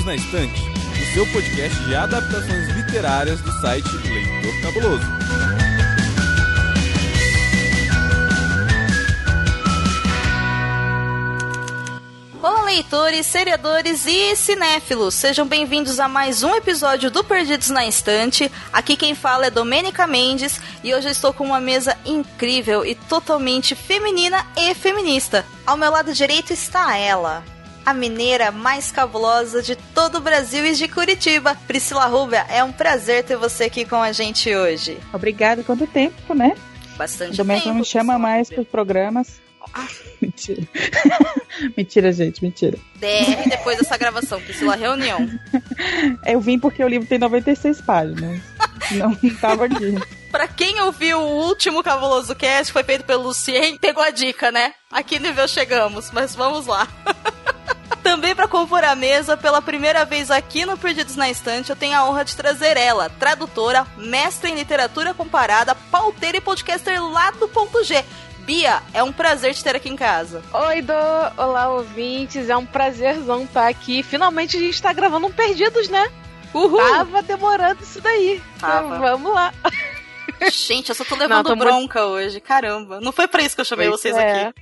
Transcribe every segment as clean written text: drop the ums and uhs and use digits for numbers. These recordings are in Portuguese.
Perdidos na Estante, o seu podcast de adaptações literárias do site Leitor Cabuloso. Olá, leitores, seriadores e cinéfilos! Sejam bem-vindos a mais um episódio do Perdidos na Estante. Aqui quem fala é Domênica Mendes e hoje eu estou com uma mesa incrível e totalmente feminina e feminista. Ao meu lado direito está ela, a mineira mais cabulosa de todo o Brasil e de Curitiba, Priscila Rubia. É um prazer ter você aqui com a gente hoje. Obrigada. Quanto tempo, né? Bastante Domênica tempo. não me chama mais para os programas. Mentira. Mentira, gente, mentira. DR depois dessa gravação, Priscila, reunião. Eu vim porque o livro tem 96 páginas. Não tava aqui. Pra quem ouviu o último Cabuloso Cast, foi feito pelo Lucien, pegou a dica, né? A que nível chegamos, mas vamos lá. Também para compor a mesa, pela primeira vez aqui no Perdidos na Estante, eu tenho a honra de trazer ela, tradutora, mestra em literatura comparada, pauteira e podcaster lá do Ponto G. Bia, é um prazer te ter aqui em casa. Oi, olá, ouvintes, é um prazerzão estar aqui. Finalmente a gente tá gravando um Perdidos, né? Uhul! Tava demorando isso daí. Tava. Então, vamos lá. Gente, eu só tô levando bronca hoje, caramba. Não foi pra isso que eu chamei vocês aqui.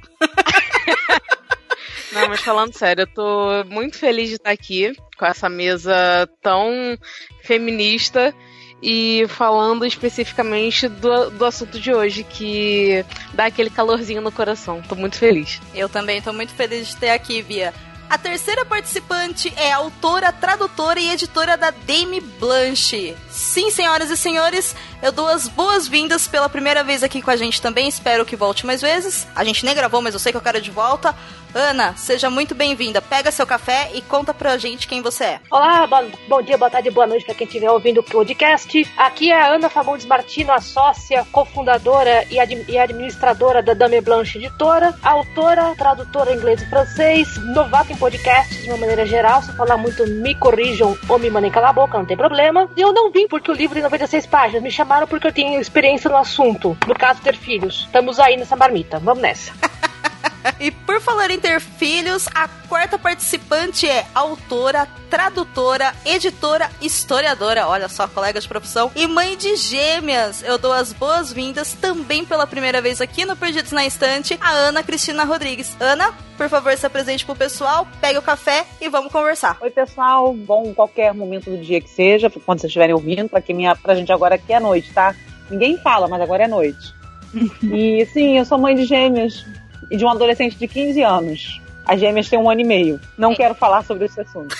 Não, mas falando sério, eu tô muito feliz de estar aqui com essa mesa tão feminista e falando especificamente do assunto de hoje, que dá aquele calorzinho no coração. Tô muito feliz. Eu também tô muito feliz de ter aqui, Bia. A terceira participante é autora, tradutora e editora da Dame Blanche. Sim, senhoras e senhores, eu dou as boas-vindas pela primeira vez aqui com a gente também. Espero que volte mais vezes. A gente nem gravou, mas eu sei que eu quero de volta. Ana, seja muito bem-vinda. Pega seu café e conta pra gente quem você é. Olá, bom dia, boa tarde, boa noite pra quem estiver ouvindo o podcast. Aqui é a Ana Fagundes Martino, a sócia, cofundadora e administradora da Dame Blanche Editora, autora, tradutora em inglês e francês, novata em podcast de uma maneira geral. Se falar muito, me corrijam ou me mandem calar a boca, não tem problema. E eu não vim porque o livro tem 96 páginas, me chamaram porque eu tenho experiência no assunto, no caso ter filhos. Estamos aí nessa marmita, vamos nessa. E por falar em ter filhos, a quarta participante é autora, tradutora, editora, historiadora, olha só, colega de profissão, e mãe de gêmeas. Eu dou as boas-vindas também pela primeira vez aqui no Perdidos na Estante, a Ana Cristina Rodrigues. Ana, por favor, se apresente pro pessoal, pegue o café e vamos conversar. Oi, pessoal. Bom, qualquer momento do dia que seja, quando vocês estiverem ouvindo, pra gente agora aqui é noite, tá? Ninguém fala, mas agora é noite. E sim, eu sou mãe de gêmeas e de um adolescente de 15 anos. As gêmeas têm 1 ano e meio. Não quero falar sobre esse assunto.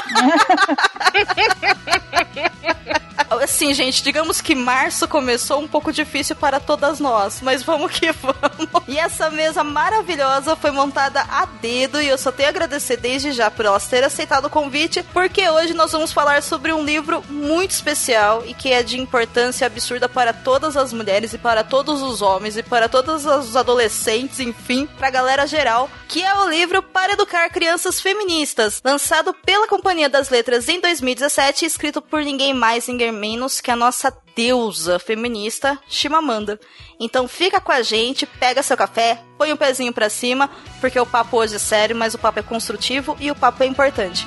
Assim, gente, digamos que março começou um pouco difícil para todas nós, mas vamos que vamos. E essa mesa maravilhosa foi montada a dedo e eu só tenho a agradecer desde já por elas terem aceitado o convite, porque hoje nós vamos falar sobre um livro muito especial e que é de importância absurda para todas as mulheres e para todos os homens e para todos os adolescentes, enfim, para a galera geral, que é o livro Para Educar Crianças Feministas, lançado pela Companhia das Letras em 2017 e escrito por ninguém mais, ninguém menos que a nossa deusa feminista, Chimamanda. Então fica com a gente, pega seu café, põe um pezinho pra cima, porque o papo hoje é sério, mas o papo é construtivo e o papo é importante.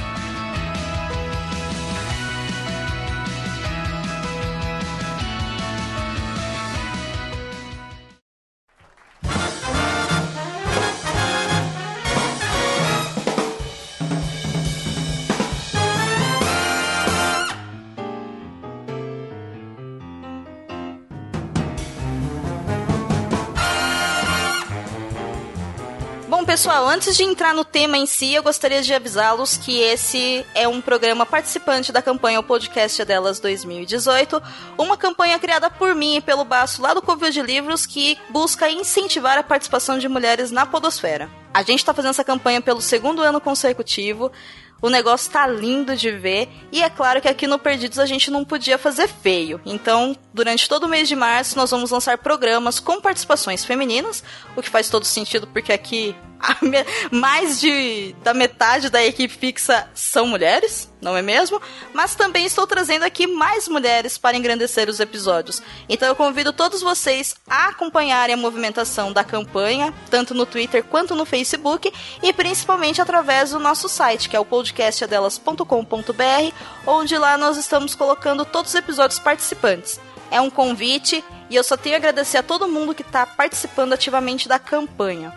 Bom, pessoal, antes de entrar no tema em si, eu gostaria de avisá-los que esse é um programa participante da campanha O Podcast é Delas 2018, uma campanha criada por mim e pelo Baço lá do Covil de Livros que busca incentivar a participação de mulheres na podosfera. A gente tá fazendo essa campanha pelo 2º ano consecutivo. O negócio tá lindo de ver. E é claro que aqui no Perdidos a gente não podia fazer feio. Então, durante todo o mês de março, nós vamos lançar programas com participações femininas, o que faz todo sentido porque aqui mais da metade da equipe fixa são mulheres, não é mesmo? Mas também estou trazendo aqui mais mulheres para engrandecer os episódios. Então eu convido todos vocês a acompanharem a movimentação da campanha, tanto no Twitter quanto no Facebook, e principalmente através do nosso site, que é o podcastadelas.com.br, onde lá nós estamos colocando todos os episódios participantes. É um convite e eu só tenho a agradecer a todo mundo que está participando ativamente da campanha.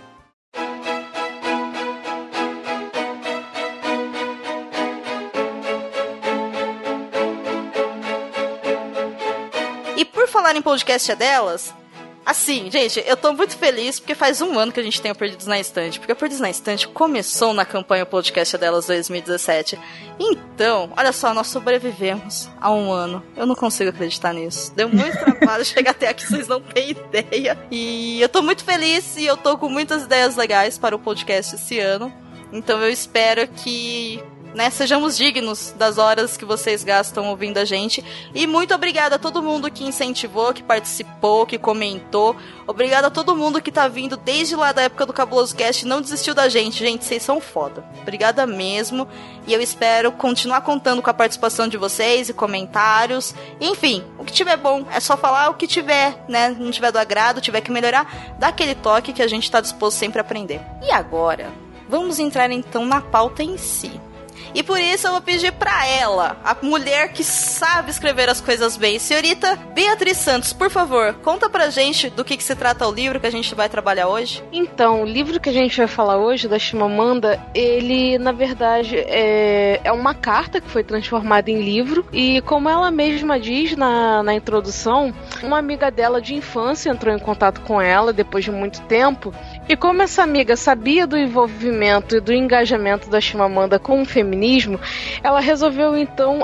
E por falar em podcast delas, assim, gente, eu tô muito feliz porque faz um ano que a gente tem o Perdidos na Estante, porque o Perdidos na Estante começou na campanha Podcast Delas 2017. Então, olha só, nós sobrevivemos a um ano. Eu não consigo acreditar nisso. Deu muito trabalho chegar até aqui, vocês não têm ideia. E eu tô muito feliz e eu tô com muitas ideias legais para o podcast esse ano. Então eu espero que, né, sejamos dignos das horas que vocês gastam ouvindo a gente. E muito obrigada a todo mundo que incentivou, que participou, que comentou. Obrigada a todo mundo que tá vindo desde lá da época do Cabuloso Cast e não desistiu da gente. Gente, vocês são foda. Obrigada mesmo. E eu espero continuar contando com a participação de vocês e comentários. Enfim, o que tiver bom, é só falar o que tiver, né? Não tiver do agrado, tiver que melhorar, dá aquele toque que a gente tá disposto sempre a aprender. E agora, vamos entrar então na pauta em si. E por isso eu vou pedir pra ela, a mulher que sabe escrever as coisas bem, senhorita Beatriz Santos, por favor, conta pra gente do que se trata o livro que a gente vai trabalhar hoje. Então, o livro que a gente vai falar hoje, da Chimamanda, ele, na verdade, é uma carta que foi transformada em livro, e como ela mesma diz na introdução, uma amiga dela de infância entrou em contato com ela depois de muito tempo, e como essa amiga sabia do envolvimento e do engajamento da Chimamanda com o feminismo, ela resolveu então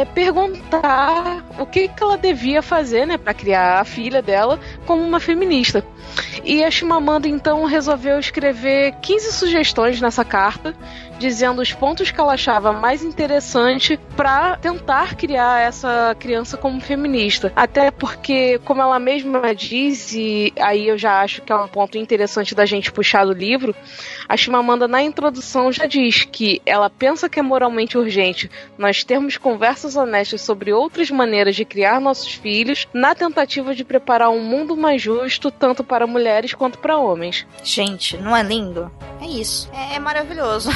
perguntar o que ela devia fazer, né, para criar a filha dela como uma feminista. E a Chimamanda então resolveu escrever 15 sugestões nessa carta, dizendo os pontos que ela achava mais interessante para tentar criar essa criança como feminista. Até porque, como ela mesma diz, e aí eu já acho que é um ponto interessante da gente puxar do livro, a Chimamanda na introdução já diz que ela pensa que é moralmente urgente nós termos conversas honestas sobre outras maneiras de criar nossos filhos, na tentativa de preparar um mundo mais justo, tanto para mulheres quanto para homens. Gente, não é lindo? É isso. É maravilhoso.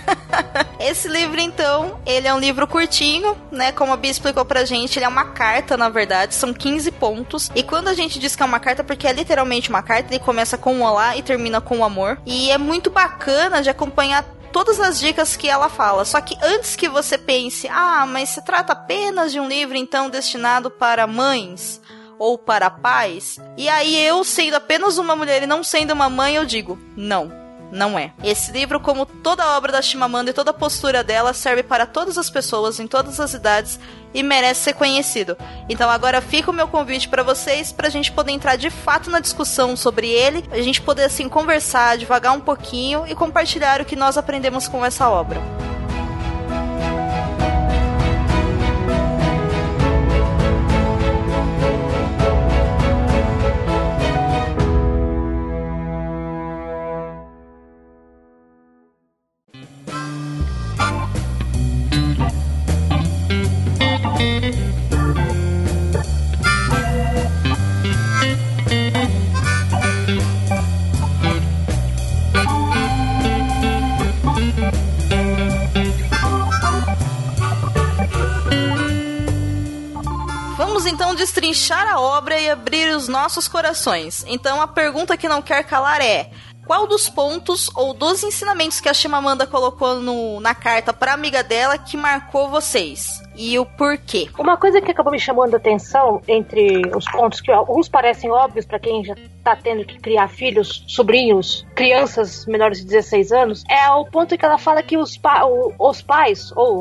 Esse livro, então, ele é um livro curtinho, né? Como a Bia explicou pra gente, ele é uma carta, na verdade, são 15 pontos. E quando a gente diz que é uma carta, porque é literalmente uma carta, ele começa com um olá e termina com um amor. E é muito bacana de acompanhar todas as dicas que ela fala. Só que antes que você pense, mas se trata apenas de um livro, então, destinado para mães ou para pais, e aí eu, sendo apenas uma mulher e não sendo uma mãe, eu digo, não é. Esse livro, como toda a obra da Chimamanda e toda a postura dela, serve para todas as pessoas, em todas as idades, e merece ser conhecido. Então agora fica o meu convite para vocês, pra gente poder entrar de fato na discussão sobre ele, a gente poder assim conversar, devagar um pouquinho e compartilhar o que nós aprendemos com essa obra. Então destrinchar a obra e abrir os nossos corações. Então a pergunta que não quer calar é: qual dos pontos ou dos ensinamentos que a Chimamanda colocou na carta para a amiga dela que marcou vocês? E o porquê? Uma coisa que acabou me chamando a atenção entre os pontos que alguns parecem óbvios para quem já tá tendo que criar filhos, sobrinhos, crianças menores de 16 anos, é o ponto em que ela fala que os pais ou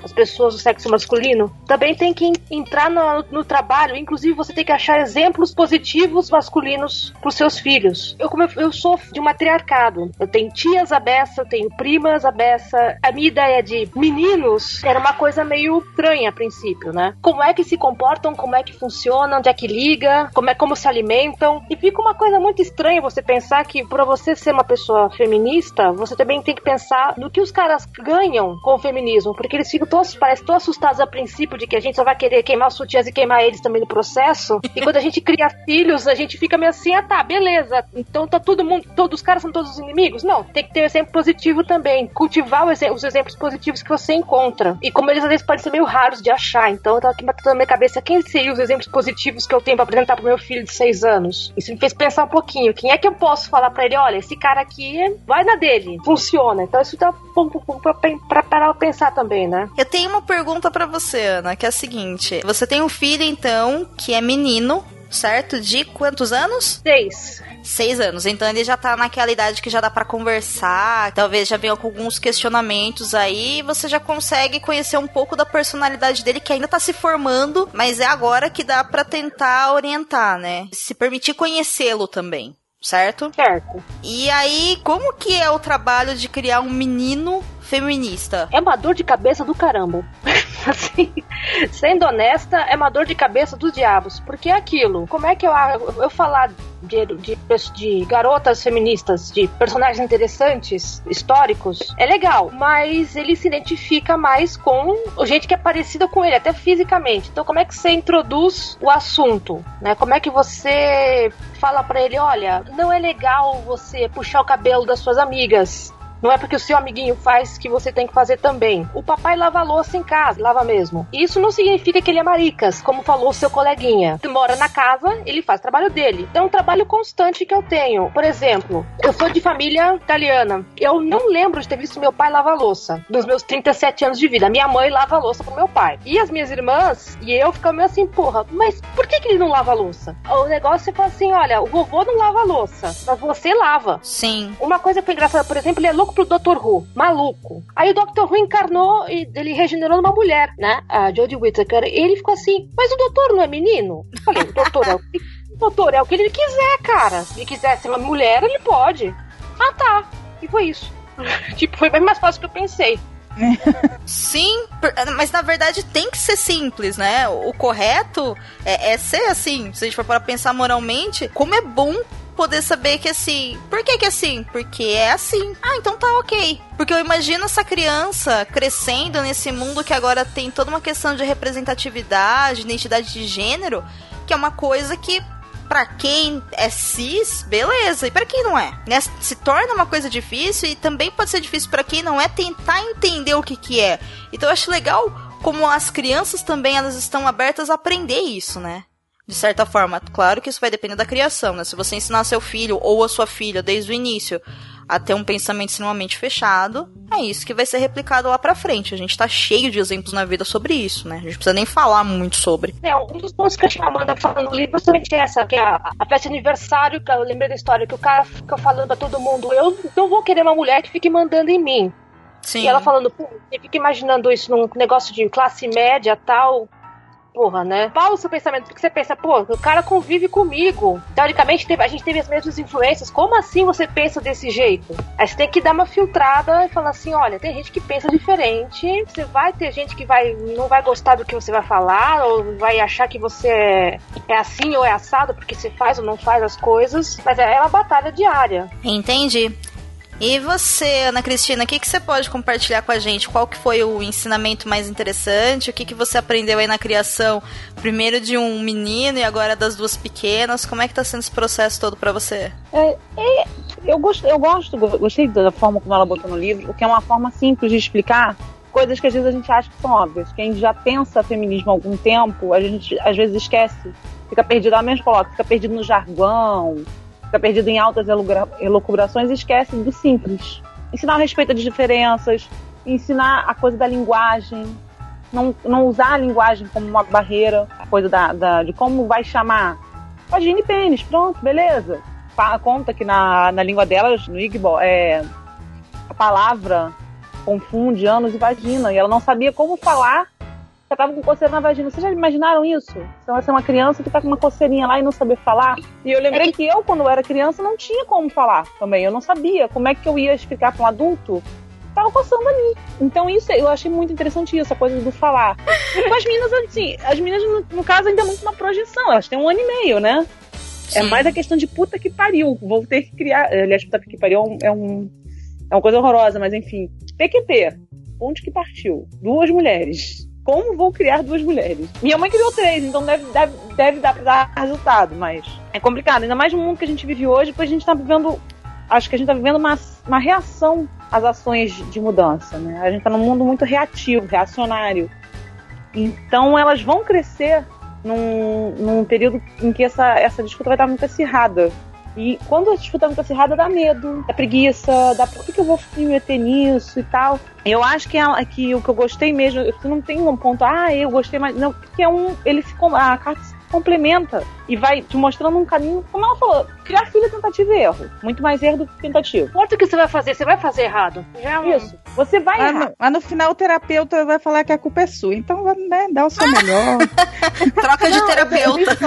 as pessoas do sexo masculino, também tem que entrar no trabalho. Inclusive, você tem que achar exemplos positivos masculinos pros seus filhos. Eu sou de um matriarcado. Eu tenho tias à beça, eu tenho primas à beça. A minha ideia de meninos era uma coisa meio estranha a princípio, né? Como é que se comportam, como é que funcionam, onde é que liga, como se alimentam. E fica uma coisa muito estranha você pensar que pra você ser uma pessoa feminista, você também tem que pensar no que os caras ganham com o feminismo, porque eles ficam parecem tão assustados a princípio de que a gente só vai querer queimar os sutiãs e queimar eles também no processo. E quando a gente cria filhos, a gente fica meio assim, tá, beleza, então tá todo mundo, todos os caras são todos os inimigos? Não, tem que ter um exemplo positivo também, cultivar os exemplos positivos que você encontra. E como eles às vezes podem ser meio raros de achar, então eu tava aqui batendo na minha cabeça, quem seriam os exemplos positivos que eu tenho pra apresentar pro meu filho de 6 anos? Isso me fez pensar um pouquinho, quem é que eu posso falar pra ele, olha, esse cara aqui vai na dele, funciona. Então isso dá pra parar pra pensar também, né? Eu tenho uma pergunta pra você, Ana, que é a seguinte, você tem um filho, então, que é menino, certo? De quantos anos? 6 anos, então ele já tá naquela idade que já dá pra conversar, talvez já venha com alguns questionamentos aí, você já consegue conhecer um pouco da personalidade dele, que ainda tá se formando, mas é agora que dá pra tentar orientar, né? Se permitir conhecê-lo também, certo? Certo. E aí, como que é o trabalho de criar um menino feminista? É uma dor de cabeça do caramba. Assim, sendo honesta, é uma dor de cabeça dos diabos. Porque é aquilo. Como é que eu falar de garotas feministas, de personagens interessantes, históricos, é legal. Mas ele se identifica mais com gente que é parecida com ele, até fisicamente. Então como é que você introduz o assunto, né? Como é que você fala pra ele, olha, não é legal você puxar o cabelo das suas amigas. Não é porque o seu amiguinho faz que você tem que fazer também. O papai lava a louça em casa, lava mesmo. E isso não significa que ele é maricas, como falou o seu coleguinha. Ele mora na casa, ele faz o trabalho dele. Então é um trabalho constante que eu tenho. Por exemplo, eu sou de família italiana. Eu não lembro de ter visto meu pai lavar louça nos meus 37 anos de vida. Minha mãe lava a louça pro meu pai. E as minhas irmãs e eu ficamos meio assim, porra, mas por que ele não lava a louça? O negócio é falar assim, olha, o vovô não lava a louça, mas você lava. Sim. Uma coisa que foi engraçada, por exemplo, ele é louco pro Dr. Who, maluco. Aí o Dr. Who encarnou e ele regenerou numa mulher, né? A Jodie Whittaker. E ele ficou assim, mas o doutor não é menino? Eu falei, o doutor é o que ele quiser, cara. Se ele quiser ser uma mulher, ele pode. Ah, tá. E foi isso. Tipo, foi bem mais fácil do que eu pensei. Sim, mas na verdade tem que ser simples, né? O correto é ser assim. Se a gente for para pensar moralmente, como é bom poder saber que assim, por que é assim? Porque é assim. Ah, então tá ok. Porque eu imagino essa criança crescendo nesse mundo que agora tem toda uma questão de representatividade, identidade de gênero, que é uma coisa que pra quem é cis, beleza, e pra quem não é, né? Se torna uma coisa difícil e também pode ser difícil pra quem não é tentar entender o que é. Então eu acho legal como as crianças também, elas estão abertas a aprender isso, né? De certa forma, claro que isso vai depender da criação, né? Se você ensinar seu filho ou a sua filha desde o início a ter um pensamento extremamente fechado, é isso que vai ser replicado lá pra frente. A gente tá cheio de exemplos na vida sobre isso, né? A gente não precisa nem falar muito sobre. Um dos pontos que a gente manda falando no livro é justamente essa, que é a festa de aniversário, que eu lembrei da história, que o cara fica falando pra todo mundo, eu não vou querer uma mulher que fique mandando em mim. Sim. E ela falando, pô, você fica imaginando isso num negócio de classe média, tal... Porra, né? Fala o seu pensamento, porque você pensa, pô, o cara convive comigo. Teoricamente, a gente teve as mesmas influências. Como assim você pensa desse jeito? Aí você tem que dar uma filtrada e falar assim, olha, tem gente que pensa diferente. Você vai ter gente que não vai gostar do que você vai falar, ou vai achar que você é assim ou é assado, porque você faz ou não faz as coisas. Mas é uma batalha diária. Entendi. E você, Ana Cristina, o que você pode compartilhar com a gente? Qual que foi o ensinamento mais interessante? O que você aprendeu aí na criação, primeiro de um menino e agora das duas pequenas? Como é que tá sendo esse processo todo pra você? Eu gostei da forma como ela botou no livro, que é uma forma simples de explicar coisas que às vezes a gente acha que são óbvias. Quem já pensa feminismo há algum tempo, a gente às vezes esquece, fica perdido, ela mesmo coloca, fica perdido no jargão, fica perdido em altas elucubrações e esquece do simples. Ensinar a respeito das diferenças, ensinar a coisa da linguagem, não usar a linguagem como uma barreira, a coisa de como vai chamar. Vagina e pênis, pronto, beleza. Conta que na língua delas, no Igbo, a palavra confunde ânus e vagina, e ela não sabia como falar, ela tava com coceira na vagina. Vocês já imaginaram isso? Então, você é uma criança que tá com uma coceirinha lá e não saber falar. E eu lembrei que eu, quando eu era criança, não tinha como falar também. Eu não sabia como é que eu ia explicar para um adulto. Tava coçando ali. Então isso, eu achei muito interessante essa coisa do falar. E com as meninas, assim, as meninas, no caso, ainda é muito uma projeção. Elas têm 1 ano e meio, né? Sim. É mais a questão de puta que pariu. Vou ter que criar... Aliás, puta que pariu é uma coisa horrorosa, mas enfim. PQP. Onde que partiu? 2 mulheres. Como vou criar 2 mulheres? Minha mãe criou 3, então deve dar pra dar resultado, mas é complicado. Ainda mais no mundo que a gente vive hoje, porque a gente tá vivendo... Acho que a gente tá vivendo uma reação às ações de mudança, né? A gente tá num mundo muito reativo, reacionário. Então elas vão crescer num período em que essa disputa vai estar muito acirrada. E quando a disputa é muito acirrada, dá medo, dá preguiça, por que eu vou me meter nisso e tal. Eu acho que o que eu gostei mesmo, eu não tenho um ponto, eu gostei mais, não, porque a carta se complementa e vai te mostrando um caminho, como ela falou, criar filho é tentativa e erro, muito mais erro do que tentativa. Quanto que você vai fazer errado. Isso, você vai errar. Mas no final o terapeuta vai falar que a culpa é sua, então né, dá o seu melhor. Troca de terapeuta.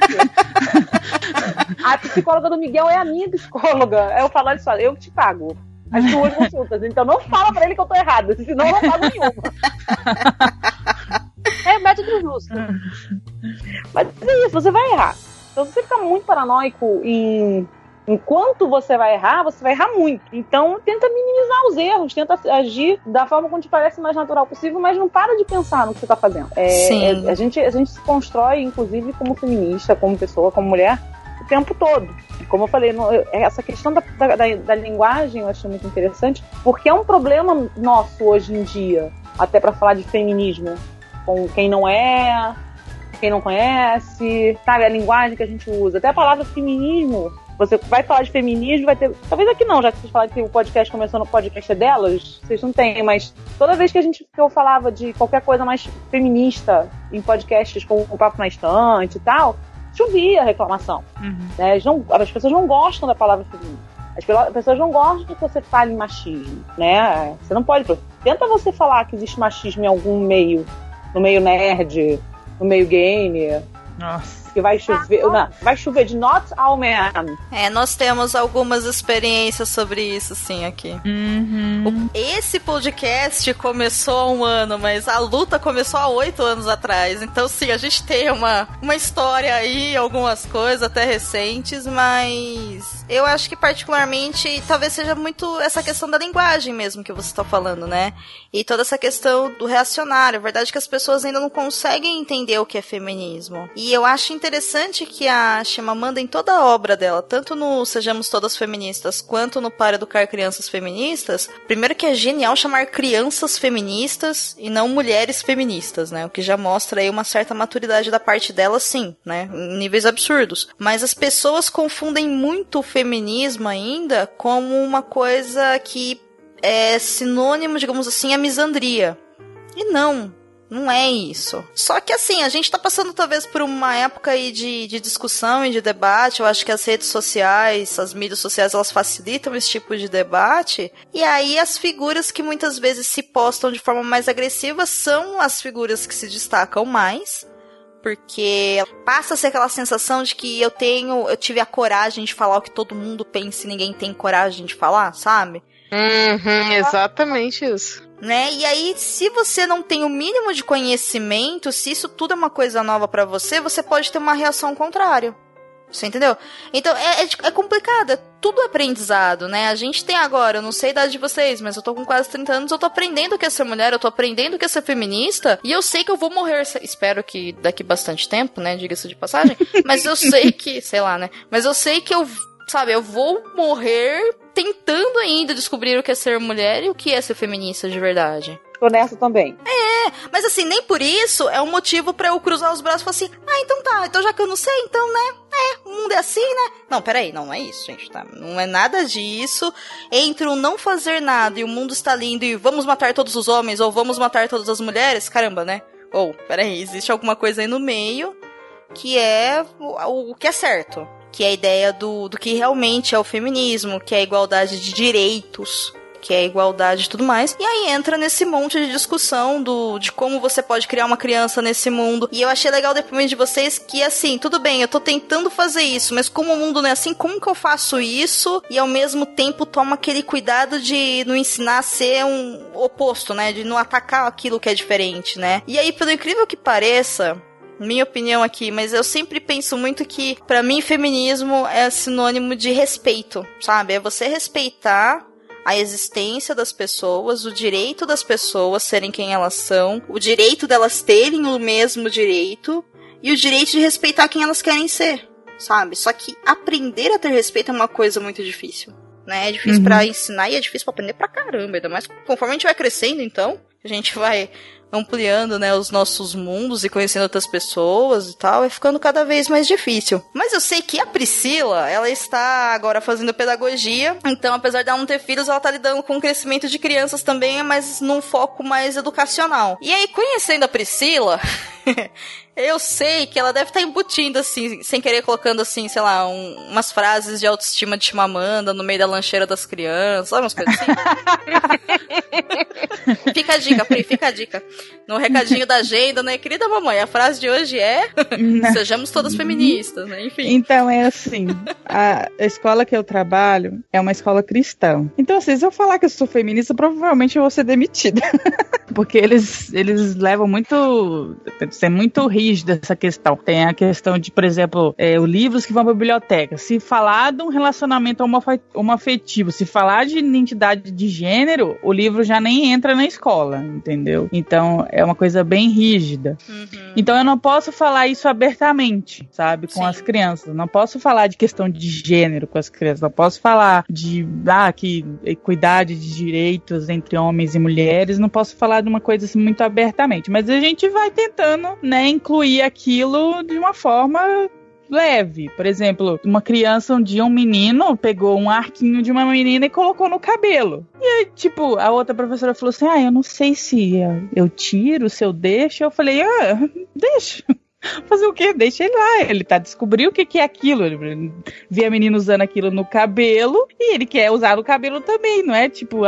A psicóloga do Miguel é a minha psicóloga. Eu falo isso, eu que te pago as 2 consultas. Então não fala pra ele que eu tô errada, senão eu não pago nenhuma. É o método justo. Mas é isso, você vai errar. Então se você ficar muito paranoico enquanto você vai errar muito. Então tenta minimizar os erros, tenta agir da forma como te parece mais natural possível, mas não para de pensar no que você tá fazendo. A gente se constrói, inclusive, como feminista, como pessoa, como mulher, o tempo todo. Como eu falei, essa questão da linguagem eu achei muito interessante, porque é um problema nosso hoje em dia, até para falar de feminismo, com quem não é, quem não conhece, sabe, a linguagem que a gente usa. Até a palavra feminismo, você vai falar de feminismo, vai ter... Talvez aqui não, já que vocês falaram que o podcast começou no podcast delas, vocês não têm, mas toda vez que eu falava de qualquer coisa mais feminista em podcasts como o Papo na Estante e tal, chovia a reclamação. Né? As pessoas não gostam da palavra feminista. As pessoas não gostam que você fale em machismo, né? Você não pode... Tenta você falar que existe machismo em algum meio, no meio nerd, no meio game... Nossa. Que vai chover de not all men. Nós temos algumas experiências sobre isso, sim, aqui. Esse podcast começou há 1 ano, mas a luta começou há 8 anos atrás. Então, sim, a gente tem uma história aí, algumas coisas até recentes, mas eu acho que particularmente talvez seja muito essa questão da linguagem mesmo que você está falando, né? E toda essa questão do reacionário. A verdade é que as pessoas ainda não conseguem entender o que é feminismo. E eu acho interessante que a Chimamanda, em toda a obra dela, tanto no Sejamos Todas Feministas, quanto no Para Educar Crianças Feministas, primeiro que é genial chamar crianças feministas e não mulheres feministas, né? O que já mostra aí uma certa maturidade da parte dela, sim, né? Em níveis absurdos. Mas as pessoas confundem muito o feminismo ainda como uma coisa que é sinônimo, digamos assim, a misandria. E não é isso. Só que assim, a gente tá passando talvez por uma época aí de discussão e de debate. Eu acho que as redes sociais, as mídias sociais, elas facilitam esse tipo de debate. E aí as figuras que muitas vezes se postam de forma mais agressiva são as figuras que se destacam mais. Porque passa-se aquela sensação de que eu tive a coragem de falar o que todo mundo pensa e ninguém tem coragem de falar, sabe? Exatamente isso. Né? E aí, se você não tem o mínimo de conhecimento, se isso tudo é uma coisa nova pra você, você pode ter uma reação contrária. Você entendeu? Então, é complicado, é tudo aprendizado, né? A gente tem agora, eu não sei a idade de vocês, mas eu tô com quase 30 anos, eu tô aprendendo o que é ser mulher, eu tô aprendendo o que é ser feminista, e eu sei que eu vou morrer, espero que daqui bastante tempo, né? Diga-se de passagem, mas eu sei que, sei lá, né? Mas eu sei que eu vou morrer tentando ainda descobrir o que é ser mulher e o que é ser feminista de verdade. Tô nessa também. Mas assim, nem por isso é um motivo pra eu cruzar os braços e falar assim, então tá, então já que eu não sei, então, né, o mundo é assim, né? Não, peraí, não é isso, gente, tá? Não é nada disso. Entre o não fazer nada e o mundo está lindo e vamos matar todos os homens ou vamos matar todas as mulheres, caramba, né? Ou, peraí, existe alguma coisa aí no meio que é o que é certo. Que é a ideia do que realmente é o feminismo, que é a igualdade de direitos, que é a igualdade e tudo mais. E aí entra nesse monte de discussão de como você pode criar uma criança nesse mundo. E eu achei legal o depoimento de vocês que, assim, tudo bem, eu tô tentando fazer isso, mas como o mundo não é assim, como que eu faço isso e ao mesmo tempo toma aquele cuidado de não ensinar a ser um oposto, né? De não atacar aquilo que é diferente, né? E aí, pelo incrível que pareça, minha opinião aqui, mas eu sempre penso muito que, pra mim, feminismo é sinônimo de respeito, sabe? É você respeitar a existência das pessoas, o direito das pessoas serem quem elas são, o direito delas terem o mesmo direito e o direito de respeitar quem elas querem ser, sabe? Só que aprender a ter respeito é uma coisa muito difícil, né? É difícil pra ensinar e é difícil pra aprender pra caramba, ainda mais conforme a gente vai crescendo, então, a gente vai ampliando, né, os nossos mundos e conhecendo outras pessoas e tal, é ficando cada vez mais difícil. Mas eu sei que a Priscila, ela está agora fazendo pedagogia, então apesar de ela não ter filhos, ela tá lidando com o crescimento de crianças também, mas num foco mais educacional. E aí, conhecendo a Priscila, eu sei que ela deve estar embutindo, assim, sem querer colocando, assim, sei lá, umas frases de autoestima de Chimamanda no meio da lancheira das crianças, sabe umas coisas assim? Fica a dica, Pri, fica a dica. No recadinho da agenda, né? Querida mamãe, a frase de hoje é sejamos todas feministas, né? Enfim. Então, é assim, a escola que eu trabalho é uma escola cristã. Então, assim, se eu falar que eu sou feminista, provavelmente eu vou ser demitida. Porque eles levam muito... É muito rígido essa questão. Tem a questão de, por exemplo, os livros que vão pra biblioteca. Se falar de um relacionamento homoafetivo, se falar de identidade de gênero, o livro já nem entra na escola, entendeu? Então, é uma coisa bem rígida. Então, eu não posso falar isso abertamente, sabe? Com as crianças. Não posso falar de questão de gênero com as crianças. Não posso falar de que equidade de direitos entre homens e mulheres. Não posso falar de uma coisa assim muito abertamente. Mas a gente vai tentando, né, incluir aquilo de uma forma leve. Por exemplo, uma criança um menino pegou um arquinho de uma menina e colocou no cabelo. E aí, tipo, a outra professora falou assim, eu não sei se eu tiro, se eu deixo. Eu falei, deixa. Fazer o quê? Deixa ele lá. Ele descobriu o que é aquilo. Ele vê a menina usando aquilo no cabelo e ele quer usar no cabelo também, não é? Tipo,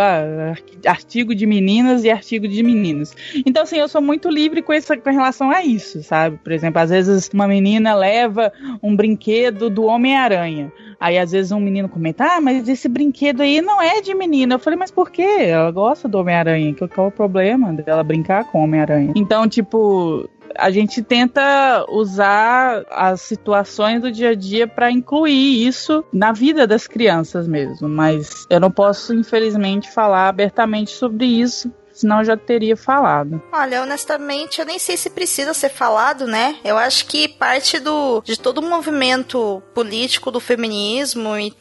artigo de meninas e artigo de meninos. Então, assim, eu sou muito livre com relação a isso, sabe? Por exemplo, às vezes uma menina leva um brinquedo do Homem-Aranha. Aí, às vezes, um menino comenta, mas esse brinquedo aí não é de menina. Eu falei, mas por quê? Ela gosta do Homem-Aranha. Qual é o problema dela brincar com o Homem-Aranha? Então, tipo... A gente tenta usar as situações do dia a dia para incluir isso na vida das crianças mesmo, mas eu não posso, infelizmente, falar abertamente sobre isso, senão eu já teria falado. Olha, honestamente, eu nem sei se precisa ser falado, né? Eu acho que parte de todo o movimento político do feminismo e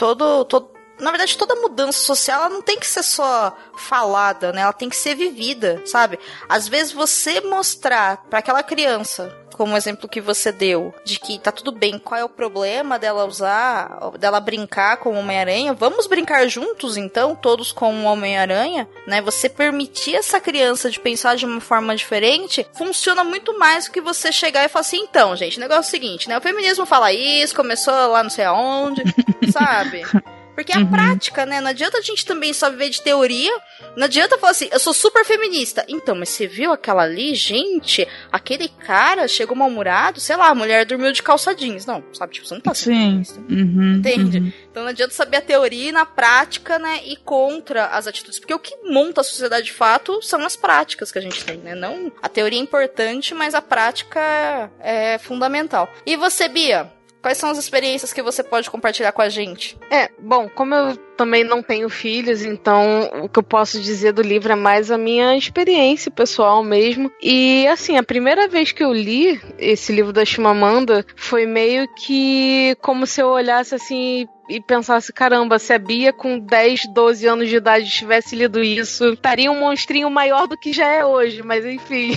na verdade, toda mudança social, ela não tem que ser só falada, né? Ela tem que ser vivida, sabe? Às vezes, você mostrar pra aquela criança, como o exemplo que você deu, de que tá tudo bem, qual é o problema dela dela brincar com o Homem-Aranha? Vamos brincar juntos, então, todos com o Homem-Aranha, né? Você permitir essa criança de pensar de uma forma diferente, funciona muito mais do que você chegar e falar assim, então, gente, o negócio é o seguinte, né? O feminismo fala isso, começou lá não sei aonde, sabe? Porque é a prática, né? Não adianta a gente também só viver de teoria. Não adianta falar assim, eu sou super feminista. Então, mas você viu aquela ali? Gente, aquele cara chegou mal-humorado, sei lá, a mulher dormiu de calça jeans. Não, sabe? Tipo, você não tá sendo feminista. Entende? Então não adianta saber a teoria e na prática, né? E contra as atitudes. Porque o que monta a sociedade de fato são as práticas que a gente tem, né? Não, a teoria é importante, mas a prática é fundamental. E você, Bia? Quais são as experiências que você pode compartilhar com a gente? Bom, como eu também não tenho filhos, então o que eu posso dizer do livro é mais a minha experiência pessoal mesmo. E assim, a primeira vez que eu li esse livro da Chimamanda foi meio que como se eu olhasse assim e pensasse, caramba, se a Bia com 10, 12 anos de idade tivesse lido isso, estaria um monstrinho maior do que já é hoje, mas enfim.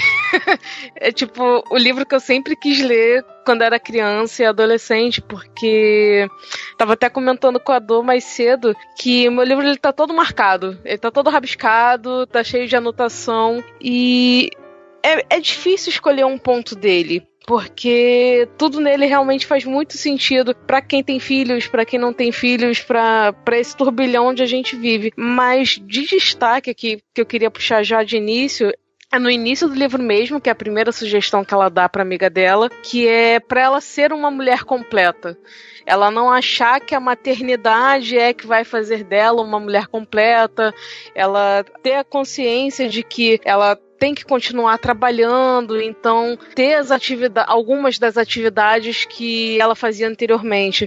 É tipo o livro que eu sempre quis ler quando era criança e adolescente, porque tava até comentando com a Dô mais cedo que o meu livro ele tá todo marcado, ele tá todo rabiscado, tá cheio de anotação e é difícil escolher um ponto dele. porque tudo nele realmente faz muito sentido pra quem tem filhos, pra quem não tem filhos, pra esse turbilhão onde a gente vive. Mas de destaque aqui, que eu queria puxar já de início, é no início do livro mesmo, que é a primeira sugestão que ela dá pra amiga dela, que é pra ela ser uma mulher completa. Ela não achar que a maternidade é que vai fazer dela uma mulher completa, ela ter a consciência de que ela tem que continuar trabalhando, então ter algumas das atividades que ela fazia anteriormente.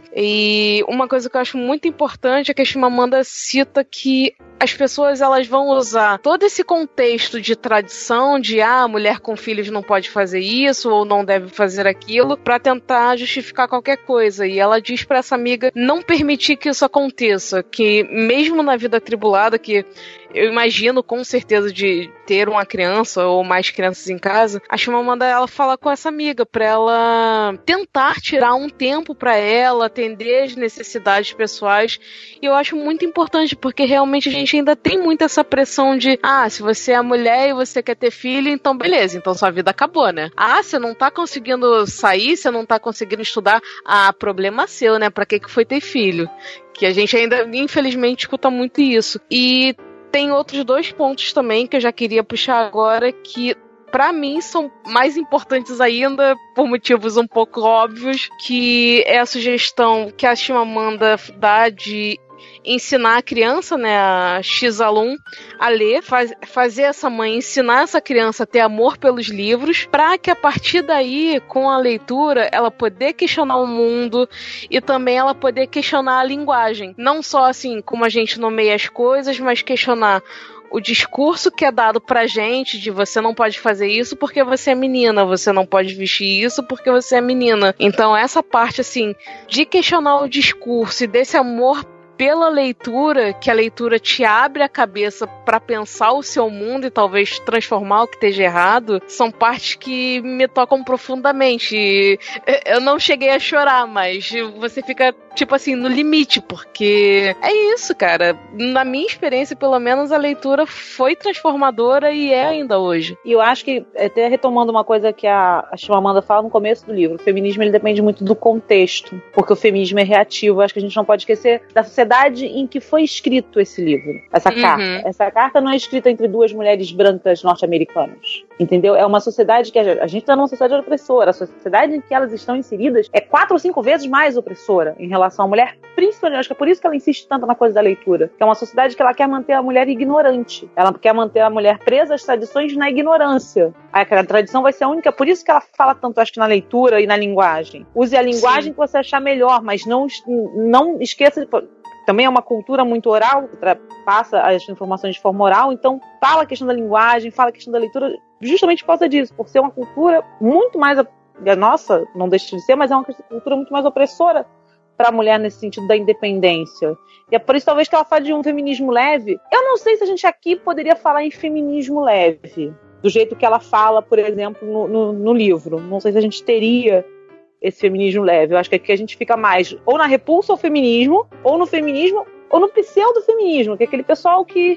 E uma coisa que eu acho muito importante é que a Chimamanda cita que as pessoas elas vão usar todo esse contexto de tradição de mulher com filhos não pode fazer isso ou não deve fazer aquilo para tentar justificar qualquer coisa. E ela diz para essa amiga não permitir que isso aconteça, que mesmo na vida atribulada, que eu imagino com certeza de ter uma criança ou mais crianças em casa, a Chimamanda ela fala com essa amiga para ela tentar tirar um tempo para ela atender as necessidades pessoais. E eu acho muito importante porque realmente a gente ainda tem muito essa pressão de se você é mulher e você quer ter filho, então beleza, então sua vida acabou, né? Você não tá conseguindo sair, você não tá conseguindo estudar, problema seu, né? Pra que foi ter filho? Que a gente ainda, infelizmente, escuta muito isso. E tem outros 2 pontos também que eu já queria puxar agora, que pra mim são mais importantes ainda, por motivos um pouco óbvios, que é a sugestão que a Chimamanda dá de ensinar a criança, né, a X-Alum, a ler, fazer essa mãe ensinar essa criança a ter amor pelos livros, para que a partir daí, com a leitura, ela poder questionar o mundo e também ela poder questionar a linguagem. Não só assim como a gente nomeia as coisas, mas questionar o discurso que é dado pra gente de você não pode fazer isso porque você é menina, você não pode vestir isso porque você é menina. Então essa parte assim de questionar o discurso e desse amor pela leitura, que a leitura te abre a cabeça para pensar o seu mundo e talvez transformar o que esteja errado, são partes que me tocam profundamente. Eu não cheguei a chorar, mas você fica, tipo assim, no limite, porque é isso, cara. Na minha experiência, pelo menos, a leitura foi transformadora e é ainda hoje. E eu acho que, até retomando uma coisa que a Chimamanda fala no começo do livro, o feminismo ele depende muito do contexto, porque o feminismo é reativo. Eu acho que a gente não pode esquecer da sociedade em que foi escrito esse livro, essa carta. Essa carta não é escrita entre 2 mulheres brancas norte-americanas, entendeu? É uma sociedade que a gente está numa sociedade opressora. A sociedade em que elas estão inseridas é 4 ou 5 vezes mais opressora em relação à mulher, principalmente. Acho que é por isso que ela insiste tanto na coisa da leitura, que é uma sociedade que ela quer manter a mulher ignorante, ela quer manter a mulher presa às tradições na ignorância. A tradição vai ser a única, por isso que ela fala tanto, acho que na leitura e na linguagem. Use a linguagem que você achar melhor, mas não esqueça de... Também é uma cultura muito oral, passa as informações de forma oral, então fala a questão da linguagem, fala a questão da leitura, justamente por causa disso, por ser uma cultura muito mais, a nossa não deixa de ser, mas é uma cultura muito mais opressora para a mulher nesse sentido da independência. E é por isso talvez que ela fale de um feminismo leve. Eu não sei se a gente aqui poderia falar em feminismo leve, do jeito que ela fala, por exemplo, no livro. Não sei se a gente teria esse feminismo leve. Eu acho que aqui a gente fica mais ou na repulsa ao feminismo, ou no feminismo, ou no pseudo-feminismo, que é aquele pessoal que,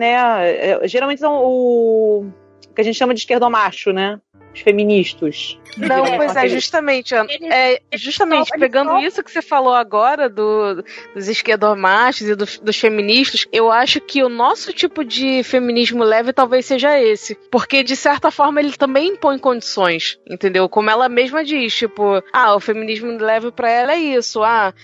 né, geralmente são o que a gente chama de esquerdomacho, né? Os feministas. Não, pois é, justamente pegando isso que você falou agora dos esquerdomachos e dos feministas, eu acho que o nosso tipo de feminismo leve talvez seja esse, porque de certa forma ele também impõe condições, entendeu? Como ela mesma diz, tipo, o feminismo leve pra ela é isso,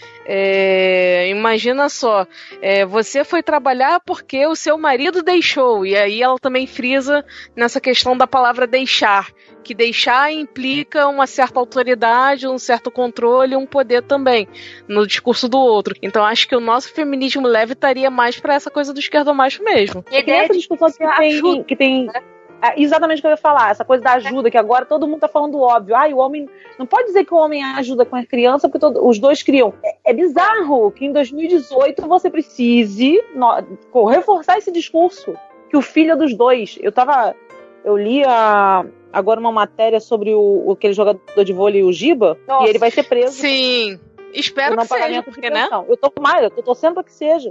imagina só, você foi trabalhar porque o seu marido deixou, e aí ela também frisa nessa questão da palavra deixar, que deixar implica uma certa autoridade, um certo controle, um poder também no discurso do outro. Então acho que o nosso feminismo leve estaria mais pra essa coisa do esquerdomacho mesmo. E tem essa discussão que tem exatamente o que eu ia falar, essa coisa da ajuda, que agora todo mundo tá falando óbvio. O homem não pode dizer que o homem ajuda com a criança porque os dois criam. É bizarro que em 2018 você precise reforçar esse discurso, que o filho é dos dois. Eu li agora uma matéria sobre aquele jogador de vôlei, o Giba, e ele vai ser preso. Sim, espero que seja, porque, né? Eu tô torcendo pra que seja.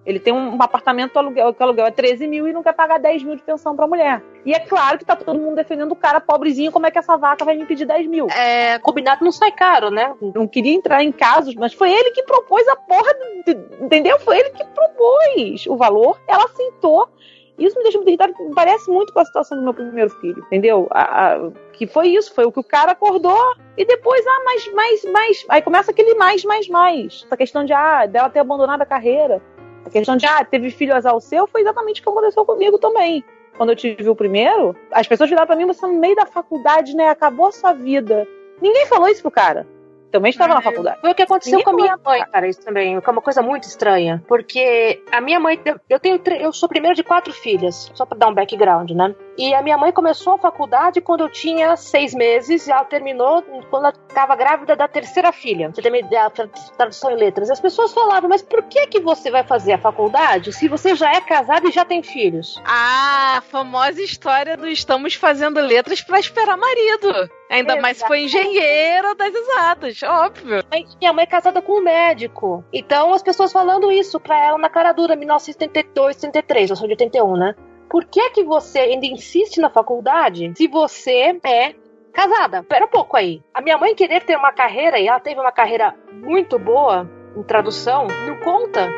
Ele tem um apartamento que aluguel é 13 mil e não quer pagar 10 mil de pensão pra mulher. E é claro que tá todo mundo defendendo o cara pobrezinho, como é que essa vaca vai me pedir 10 mil? Combinado não sai caro, né? Não queria entrar em casos, mas foi ele que propôs a porra, entendeu? Foi ele que propôs o valor, ela aceitou. Isso me deixa muito irritada, parece muito com a situação do meu primeiro filho, entendeu? Que foi isso, foi o que o cara acordou e depois, mais. Aí começa aquele mais. Essa questão dela ter abandonado a carreira. A questão de, teve filho azar o seu, foi exatamente o que aconteceu comigo também. Quando eu tive o primeiro, as pessoas viraram pra mim, você no meio da faculdade, né, acabou a sua vida. Ninguém falou isso pro cara. Também estava na faculdade. Foi o que aconteceu com a minha mãe, cara, isso também. Que é uma coisa muito estranha. Porque a minha mãe, eu sou primeiro de 4 filhas, só pra dar um background, né? E a minha mãe começou a faculdade quando eu tinha 6 meses e ela terminou quando ela estava grávida da 3ª filha. Você tem a tradução em letras. As pessoas falavam, mas por que você vai fazer a faculdade se você já é casada e já tem filhos? A famosa história do estamos fazendo letras pra esperar marido. Ainda mais se foi engenheiro das exatas, óbvio. Minha mãe é casada com um médico. Então as pessoas falando isso pra ela na cara dura, 1972, 73, eu sou de 81, né? Por que você ainda insiste na faculdade se você é casada? Espera um pouco aí. A minha mãe querer ter uma carreira, e ela teve uma carreira muito boa em tradução, não conta.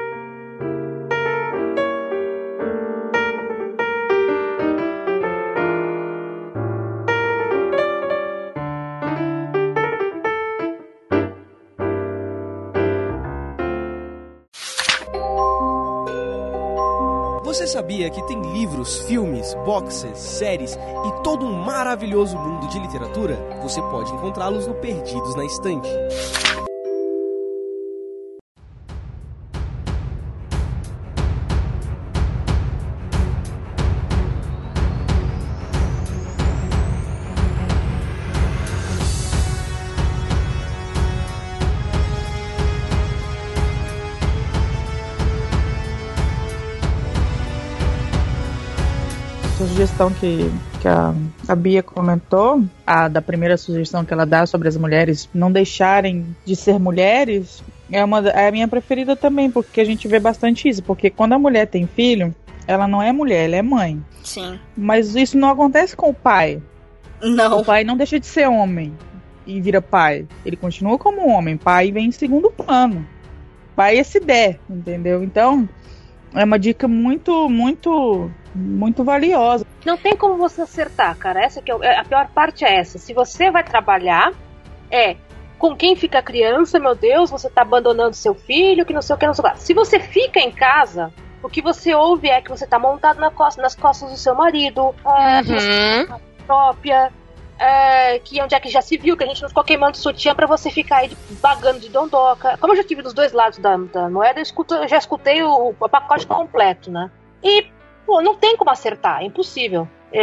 Você sabia que tem livros, filmes, boxes, séries e todo um maravilhoso mundo de literatura? Você pode encontrá-los no Perdidos na Estante. A sugestão que a Bia comentou, da primeira sugestão que ela dá sobre as mulheres não deixarem de ser mulheres, é a minha preferida também, porque a gente vê bastante isso. Porque quando a mulher tem filho, ela não é mulher, ela é mãe. Sim. Mas isso não acontece com o pai. Não. O pai não deixa de ser homem e vira pai. Ele continua como homem. Pai vem em segundo plano. Pai é se der, entendeu? Então, é uma dica muito, muito, muito valiosa. Não tem como você acertar, cara. A pior parte é essa. Se você vai trabalhar, com quem fica a criança, meu Deus, você tá abandonando seu filho, que não sei o que, não sei o que. Se você fica em casa, o que você ouve é que você tá montado nas costas do seu marido, própria, que onde é que já se viu, que a gente não ficou queimando sutiã pra você ficar aí bagando de dondoca. Como eu já tive dos dois lados da moeda, eu já escutei o pacote completo, né? E, pô, não tem como acertar, é impossível.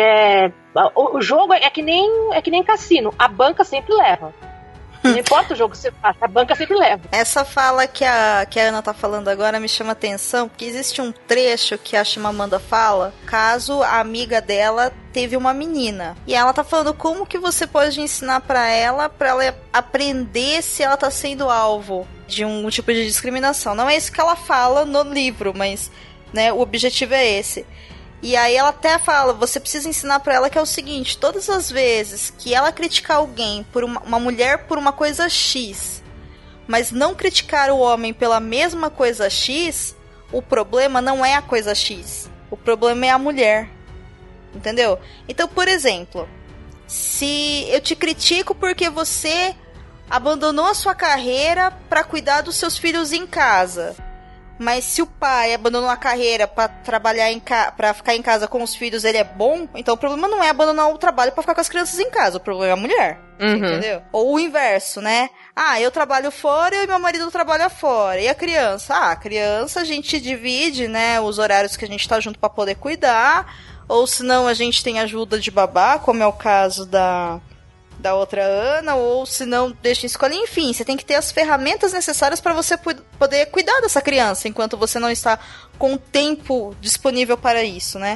O jogo é que nem cassino, a banca sempre leva. Não importa o jogo que você faça, a banca sempre leva. Essa fala que a Ana tá falando agora me chama atenção, porque existe um trecho que a Chimamanda fala, caso a amiga dela teve uma menina. E ela tá falando como que você pode ensinar pra ela aprender se ela tá sendo alvo de um tipo de discriminação. Não é isso que ela fala no livro, mas, né, o objetivo é esse. E aí ela até fala, você precisa ensinar pra ela que é o seguinte, todas as vezes que ela criticar alguém, uma mulher por uma coisa X, mas não criticar o homem pela mesma coisa X, o problema não é a coisa X, o problema é a mulher, entendeu? Então, por exemplo, se eu te critico porque você abandonou a sua carreira pra cuidar dos seus filhos em casa, mas se o pai abandonou a carreira pra trabalhar pra ficar em casa com os filhos, ele é bom, então o problema não é abandonar o trabalho pra ficar com as crianças em casa, o problema é a mulher, entendeu? Ou o inverso, né? Eu trabalho fora e meu marido trabalha fora, e a criança? A criança a gente divide, né, os horários que a gente tá junto pra poder cuidar, ou senão a gente tem ajuda de babá, como é o caso da outra Ana, ou se não, deixa em escola. Enfim, você tem que ter as ferramentas necessárias para você poder cuidar dessa criança, enquanto você não está com tempo disponível para isso, né?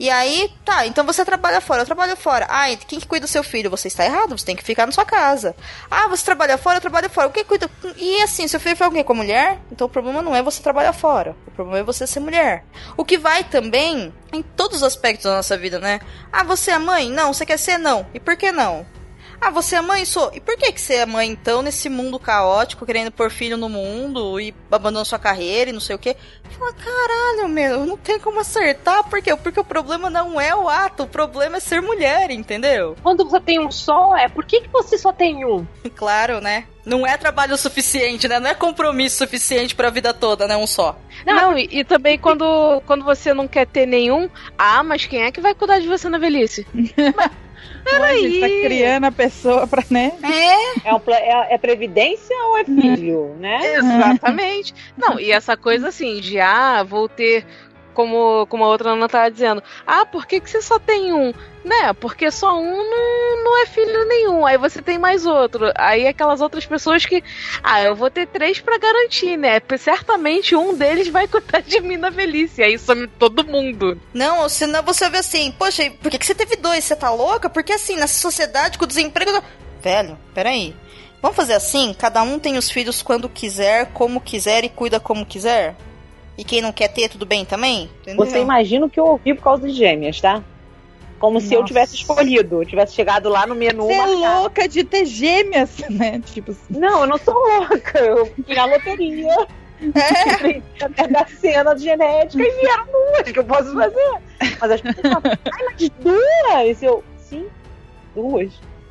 E aí, tá, então você trabalha fora, eu trabalho fora. Ai, quem que cuida do seu filho? Você está errado, você tem que ficar na sua casa. Ah, você trabalha fora, eu trabalho fora. Quem cuida? E assim, seu filho foi alguém com a mulher? Então o problema não é você trabalhar fora. O problema é você ser mulher. O que vai também em todos os aspectos da nossa vida, né? Ah, você é mãe? Não. Você quer ser? Não. E por que não? Ah, você é mãe? Sou. E por que você é mãe, então, nesse mundo caótico, querendo pôr filho no mundo e abandonando sua carreira e não sei o quê? Fala, caralho, meu, não tem como acertar. Por quê? Porque o problema não é o ato, o problema é ser mulher, entendeu? Quando você tem um só, por que você só tem um? Claro, né? Não é trabalho suficiente, né? Não é compromisso suficiente pra vida toda, né? Um só. Não, e também quando você não quer ter nenhum, mas quem é que vai cuidar de você na velhice? Peraí. A gente tá criando a pessoa pra, né? É previdência ou é filho, né? Exatamente. Não, e essa coisa assim, de vou ter, como a outra Ana tava dizendo, por que você só tem um? Né, porque só um não é filho nenhum, aí você tem mais outro, aí aquelas outras pessoas que, eu vou ter 3 pra garantir, né, certamente um deles vai cuidar de mim na velhice, aí some todo mundo. Não, senão você vê assim, poxa, por que você teve 2, você tá louca? Porque assim, nessa sociedade com o desemprego... Velho, peraí, vamos fazer assim, cada um tem os filhos quando quiser, como quiser e cuida como quiser? E quem não quer ter, tudo bem também? Entendeu? Você imagina o que eu ouvi por causa de gêmeas, tá? Como se eu tivesse escolhido, tivesse chegado lá no menu. Você é louca de ter gêmeas, né? Tipo assim. Não, eu não sou louca. Eu fui na loteria. Da cena de genética e vieram 2 que eu posso fazer. Mas as pessoas falam, mas 2? Eu, sim, 2.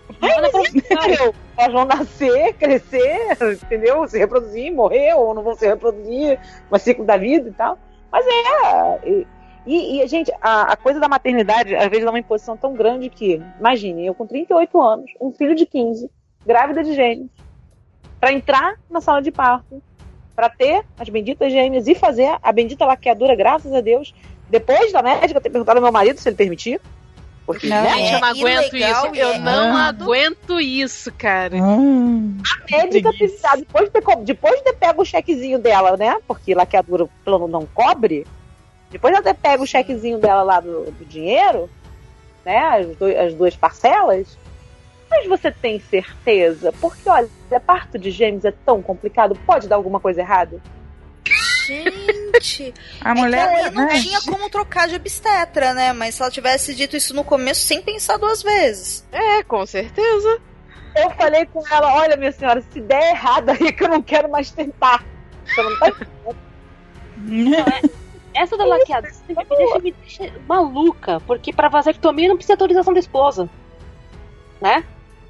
Elas vão nascer, crescer, entendeu? Se reproduzir, morrer, ou não vão se reproduzir, o ciclo da vida e tal. Mas E gente, a coisa da maternidade, às vezes, dá uma imposição tão grande que, imagine, eu com 38 anos, um filho de 15, grávida de gêmeos, pra entrar na sala de parto, pra ter as benditas gêmeas e fazer a bendita laqueadura, graças a Deus, depois da médica ter perguntado ao meu marido se ele permitia. Porque, não, né? eu não aguento isso. Eu não aguento isso, cara. A médica precisava, depois de ter pego o chequezinho dela, né? Porque laqueadura, o plano não cobre. Depois de ela ter pego o chequezinho dela lá do dinheiro, né? As 2 parcelas. Mas você tem certeza? Porque, olha, parto de gêmeos é tão complicado. Pode dar alguma coisa errada? Gente, a mulher não tinha como trocar de obstetra, né? Mas se ela tivesse dito isso no começo sem pensar 2 vezes. Com certeza. Eu falei com ela, olha, minha senhora, se der errado aí que eu não quero mais tentar. Você não tá entendendo. Essa da laqueadura me deixa maluca, porque pra vasectomia não precisa autorização da esposa, né?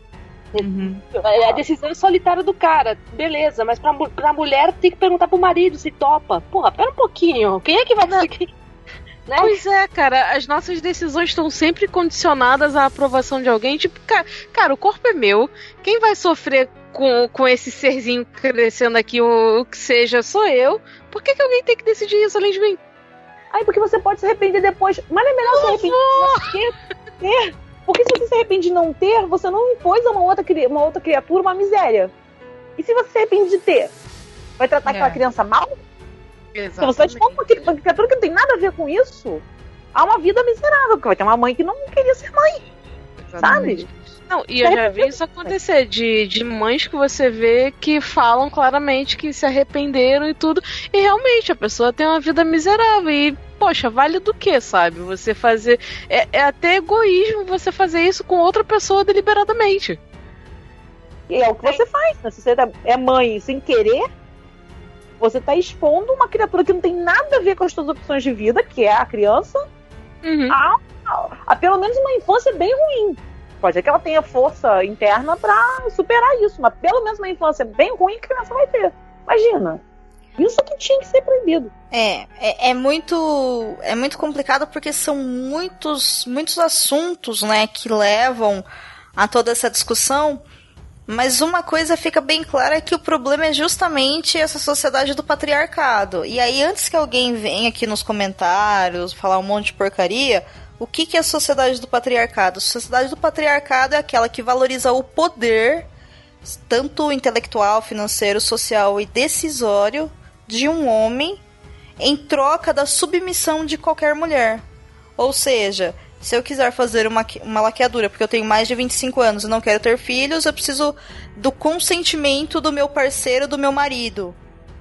A decisão é solitária do cara, beleza, mas pra mulher tem que perguntar pro marido se topa. Porra, pera um pouquinho, quem é que vai decidir? Né? Pois é, cara, as nossas decisões estão sempre condicionadas à aprovação de alguém. Tipo, cara, o corpo é meu, quem vai sofrer com esse serzinho crescendo aqui, o que seja, sou eu. Por que alguém tem que decidir isso além de mim? Porque você pode se arrepender depois. Mas é melhor se arrepender de ter. Porque se você se arrepende de não ter, você não impôs a uma outra criatura uma miséria. E se você se arrepende de ter, vai tratar aquela criança mal? Exatamente. Se você vai expor uma criatura que não tem nada a ver com isso, há uma vida miserável, porque vai ter uma mãe que não queria ser mãe. Exatamente. Sabe? Não, e eu já vi isso acontecer, de mães que você vê que falam claramente que se arrependeram e tudo, e realmente a pessoa tem uma vida miserável, e, poxa, vale do que, sabe? Você fazer... É até egoísmo você fazer isso com outra pessoa deliberadamente. E é o que você faz, né? Se você é mãe sem querer, você tá expondo uma criatura que não tem nada a ver com as suas opções de vida, que é a criança, a pelo menos uma infância bem ruim. Pode ser que ela tenha força interna pra superar isso, mas pelo menos uma infância bem ruim que a criança vai ter. Imagina. Isso que tinha que ser proibido. É muito complicado porque são muitos assuntos, né, que levam a toda essa discussão. Mas uma coisa fica bem clara, é que o problema é justamente essa sociedade do patriarcado. E aí, antes que alguém venha aqui nos comentários falar um monte de porcaria... O que é a sociedade do patriarcado? A sociedade do patriarcado é aquela que valoriza o poder, tanto intelectual, financeiro, social e decisório, de um homem em troca da submissão de qualquer mulher. Ou seja, se eu quiser fazer uma laqueadura porque eu tenho mais de 25 anos e não quero ter filhos, eu preciso do consentimento do meu parceiro, do meu marido.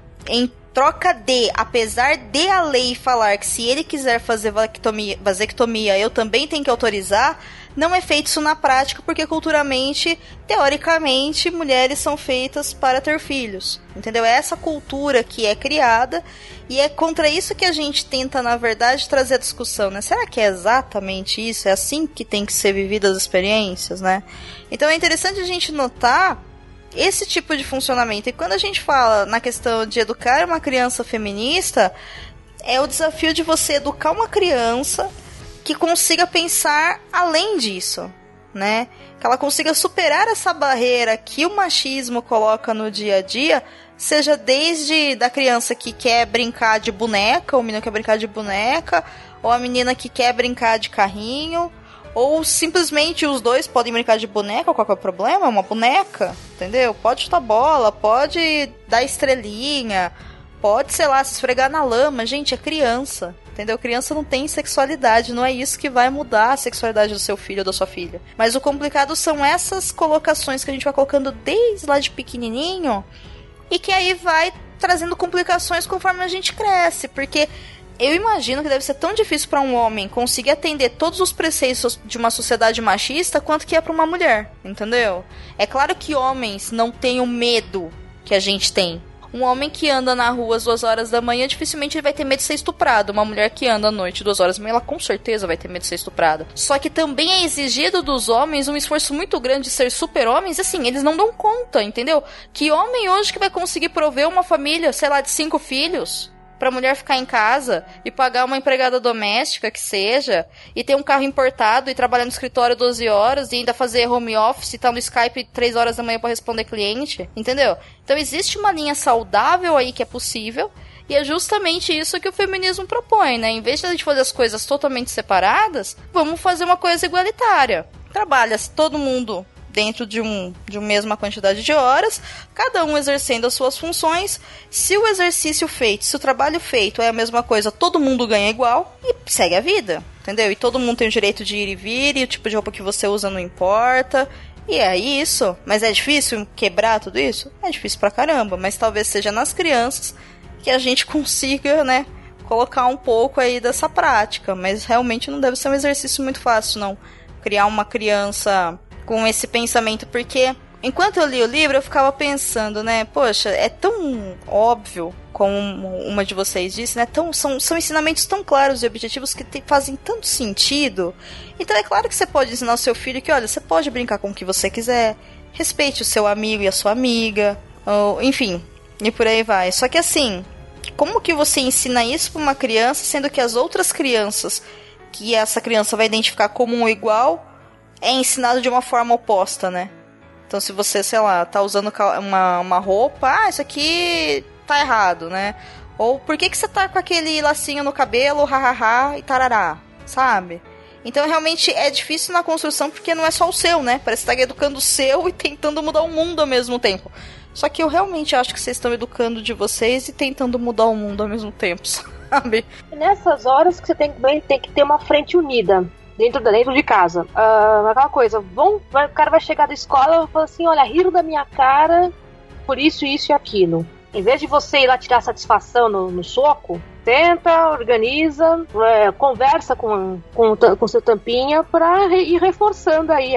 Em troca de, apesar de a lei falar que se ele quiser fazer vasectomia, eu também tenho que autorizar, não é feito isso na prática, porque culturalmente, teoricamente, mulheres são feitas para ter filhos, entendeu? É essa cultura que é criada, e é contra isso que a gente tenta, na verdade, trazer a discussão, né? Será que é exatamente isso? É assim que tem que ser vividas as experiências, né? Então é interessante a gente notar esse tipo de funcionamento. E quando a gente fala na questão de educar uma criança feminista, é o desafio de você educar uma criança que consiga pensar além disso, né? Que ela consiga superar essa barreira que o machismo coloca no dia a dia, seja desde da criança que quer brincar de boneca, ou o menino que quer brincar de boneca, ou a menina que quer brincar de carrinho, ou simplesmente os dois podem brincar de boneca, qual que é o problema? É uma boneca, entendeu? Pode chutar bola, pode dar estrelinha, pode, sei lá, se esfregar na lama. Gente, é criança, entendeu? Criança não tem sexualidade, não é isso que vai mudar a sexualidade do seu filho ou da sua filha. Mas o complicado são essas colocações que a gente vai colocando desde lá de pequenininho e que aí vai trazendo complicações conforme a gente cresce, porque eu imagino que deve ser tão difícil para um homem conseguir atender todos os preceitos de uma sociedade machista quanto que é para uma mulher, entendeu? É claro que homens não têm o medo que a gente tem. Um homem que anda na rua às 2 horas da manhã, dificilmente ele vai ter medo de ser estuprado. Uma mulher que anda à noite 2 horas da manhã, ela com certeza vai ter medo de ser estuprada. Só que também é exigido dos homens um esforço muito grande de ser super-homens, assim, eles não dão conta, entendeu? Que homem hoje que vai conseguir prover uma família, sei lá, de 5 filhos? Pra mulher ficar em casa e pagar uma empregada doméstica que seja, e ter um carro importado e trabalhar no escritório 12 horas e ainda fazer home office e tá no Skype 3 horas da manhã pra responder cliente, entendeu? Então existe uma linha saudável aí que é possível, e é justamente isso que o feminismo propõe, né? Em vez de a gente fazer as coisas totalmente separadas, vamos fazer uma coisa igualitária. Trabalha-se todo mundo dentro de uma mesma quantidade de horas, cada um exercendo as suas funções. Se o exercício feito, se o trabalho feito é a mesma coisa, todo mundo ganha igual e segue a vida, entendeu? E todo mundo tem o direito de ir e vir, e o tipo de roupa que você usa não importa, e é isso. Mas é difícil quebrar tudo isso? É difícil pra caramba, mas talvez seja nas crianças que a gente consiga, né, colocar um pouco aí dessa prática, mas realmente não deve ser um exercício muito fácil, não. Criar uma criança com esse pensamento, porque enquanto eu li o livro eu ficava pensando, né, poxa, é tão óbvio, como uma de vocês disse, né, são ensinamentos tão claros e objetivos que fazem tanto sentido. Então é claro que você pode ensinar o seu filho que, olha, você pode brincar com o que você quiser, respeite o seu amigo e a sua amiga, ou, enfim, e por aí vai. Só que assim, como que você ensina isso para uma criança, sendo que as outras crianças que essa criança vai identificar como um igual é ensinado de uma forma oposta, né? Então se você, sei lá, tá usando uma roupa, isso aqui tá errado, né? Ou por que você tá com aquele lacinho no cabelo, hahaha e tarará, sabe? Então realmente é difícil na construção porque não é só o seu, né? Parece que tá educando o seu e tentando mudar o mundo ao mesmo tempo. Só que eu realmente acho que vocês estão educando de vocês e tentando mudar o mundo ao mesmo tempo, sabe? Nessas horas que você tem que ter uma frente unida. Dentro de casa. Aquela coisa, o cara vai chegar da escola e falar assim, olha, riram da minha cara por isso, isso e aquilo. Em vez de você ir lá tirar satisfação no soco, tenta, organiza, conversa com seu tampinha pra ir reforçando aí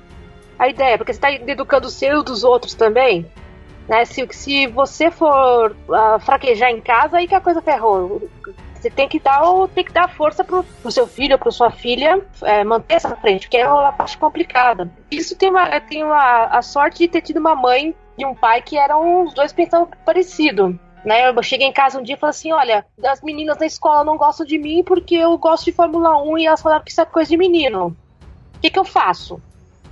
a ideia, porque você tá educando o seu e dos outros também. Né? Se você for fraquejar em casa, aí que a coisa ferrou. Você tem que dar força pro seu filho ou pra sua filha manter essa frente, porque é uma parte complicada. Isso tem a sorte de ter tido uma mãe e um pai que eram os dois pensando parecido. Né? Eu cheguei em casa um dia e falei assim, olha, as meninas da escola não gostam de mim porque eu gosto de Fórmula 1 e elas falaram que isso é coisa de menino. O que eu faço?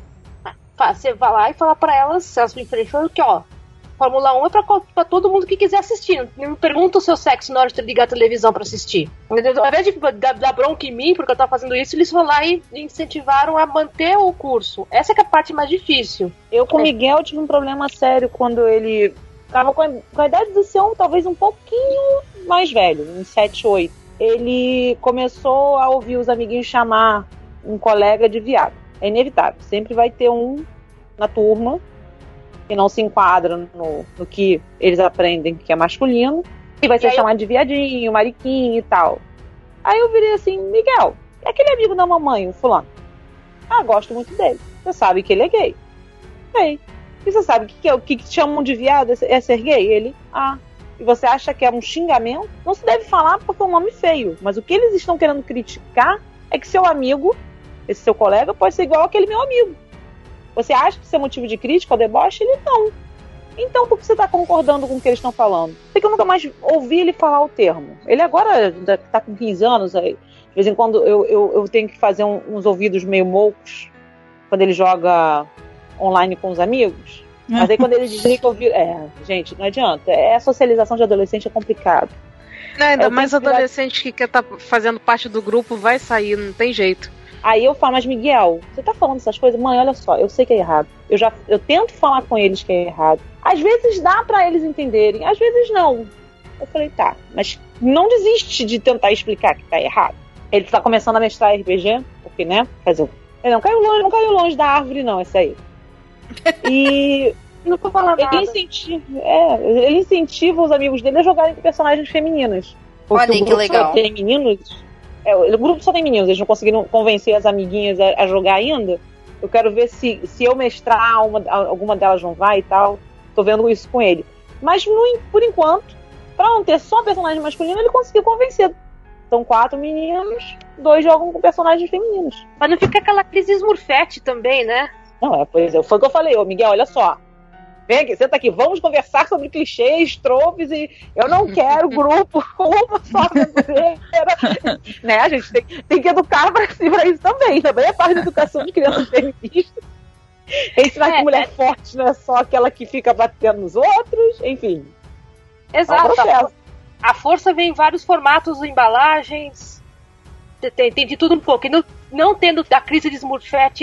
Você vai lá e fala pra elas, se elas me falam que, ó, Fórmula 1 é pra todo mundo que quiser assistir. Não me pergunta o seu sexo na hora de ligar a televisão pra assistir. Ao invés de dar bronca em mim porque eu tava fazendo isso, eles foram lá e incentivaram a manter o curso. Essa é a parte mais difícil. Eu com o Miguel tive um problema sério quando ele tava com a idade do seu, talvez um pouquinho mais velho, uns 7, 8. ele começou a ouvir os amiguinhos chamar um colega de viado. É inevitável, sempre vai ter um na turma que não se enquadra no que eles aprendem que é masculino e vai ser chamado de viadinho, mariquinho e tal. Aí eu virei assim, Miguel, é aquele amigo da mamãe, o fulano. Ah, gosto muito dele. Você sabe que ele é gay. Ei. E você sabe o que chamam de viado é ser gay? Ele, e você acha que é um xingamento? Não se deve falar porque é um nome feio. Mas o que eles estão querendo criticar é que seu amigo, esse seu colega, pode ser igual aquele meu amigo. Você acha que isso é motivo de crítica ou deboche? Ele não. Então por que você está concordando com o que eles estão falando? Porque eu nunca mais ouvi ele falar o termo. Ele agora está com 15 anos, aí, de vez em quando eu tenho que fazer uns ouvidos meio moucos quando ele joga online com os amigos. Mas aí quando ele desliga eu ouvir... gente, não adianta. A socialização de adolescente é complicado. Ainda mais adolescente que quer estar fazendo parte do grupo vai sair, não tem jeito. Aí eu falo, mas Miguel, você tá falando essas coisas? Mãe, olha só, eu sei que é errado. Eu tento falar com eles que é errado. Às vezes dá pra eles entenderem, às vezes não. Eu falei, tá, mas não desiste de tentar explicar que tá errado. Ele tá começando a mestrar RPG, porque, né? Ele não caiu longe da árvore, não, esse aí. E não vou falar nada. Ele incentiva os amigos dele a jogarem com personagens femininas. Olha aí que legal. Tem meninos. O grupo só tem meninos, eles não conseguiram convencer as amiguinhas a jogar ainda. Eu quero ver se eu mestrar alguma delas não vai e tal. Tô vendo isso com ele. Mas por enquanto, pra não ter só personagem masculino, ele conseguiu convencer. São 4 meninos, 2 jogam com personagens femininos. Mas não fica aquela crise Smurfette também, né? Não, pois é, foi o que eu falei, Miguel, olha só. Vem aqui, senta aqui, vamos conversar sobre clichês, tropes, e eu não quero grupo com uma só aventureira. Né, a gente tem que educar pra isso também. Também é parte da educação de crianças feministas. Ensinar que mulher forte não é só aquela que fica batendo nos outros, enfim. Exato. A força vem em vários formatos, embalagens, tem de tudo um pouco. E não tendo a crise de Smurfette,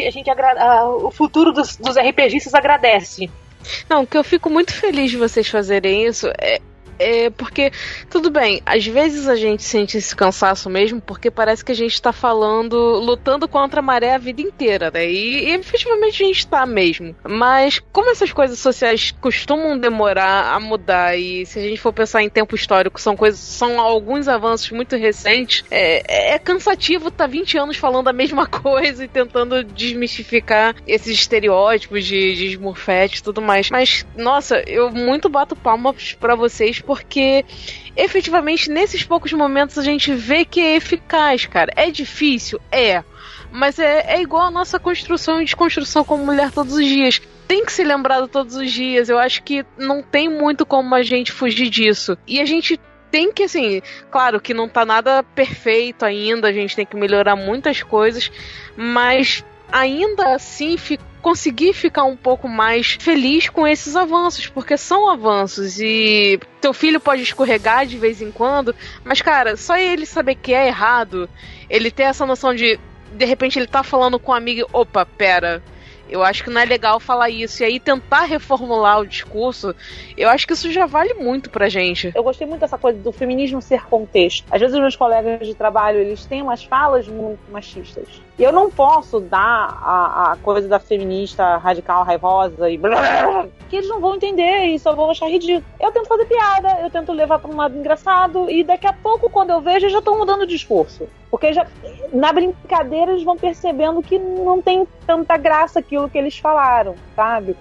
o futuro dos RPGistas agradece. Não, o que eu fico muito feliz de vocês fazerem isso é porque, tudo bem, às vezes a gente sente esse cansaço mesmo, porque parece que a gente tá lutando contra a maré a vida inteira, né? E efetivamente a gente tá mesmo. Mas como essas coisas sociais costumam demorar a mudar, e se a gente for pensar em tempo histórico, são alguns avanços muito recentes, é cansativo tá 20 anos falando a mesma coisa e tentando desmistificar esses estereótipos de Smurfette e tudo mais. Mas, nossa, eu muito bato palmas pra vocês, porque efetivamente nesses poucos momentos a gente vê que é eficaz, cara. É difícil? Mas é igual a nossa construção e desconstrução como mulher todos os dias. Tem que ser lembrado todos os dias. Eu acho que não tem muito como a gente fugir disso. E a gente tem que, assim, claro que não tá nada perfeito ainda, a gente tem que melhorar muitas coisas, mas ainda assim conseguir ficar um pouco mais feliz com esses avanços, porque são avanços e teu filho pode escorregar de vez em quando, mas cara, só ele saber que é errado, ele ter essa noção de repente ele tá falando com um amigo, opa, pera, eu acho que não é legal falar isso, e aí tentar reformular o discurso, eu acho que isso já vale muito pra gente. Eu gostei muito dessa coisa do feminismo ser contexto. Às vezes os meus colegas de trabalho, eles têm umas falas muito machistas. E eu não posso dar a coisa da feminista radical, raivosa e blá, que eles não vão entender e só vão achar ridículo. Eu tento fazer piada, eu tento levar pra um lado engraçado, e daqui a pouco, quando eu vejo, eu já tô mudando o discurso. Porque na brincadeira eles vão percebendo que não tem tanta graça aquilo que eles falaram, sabe?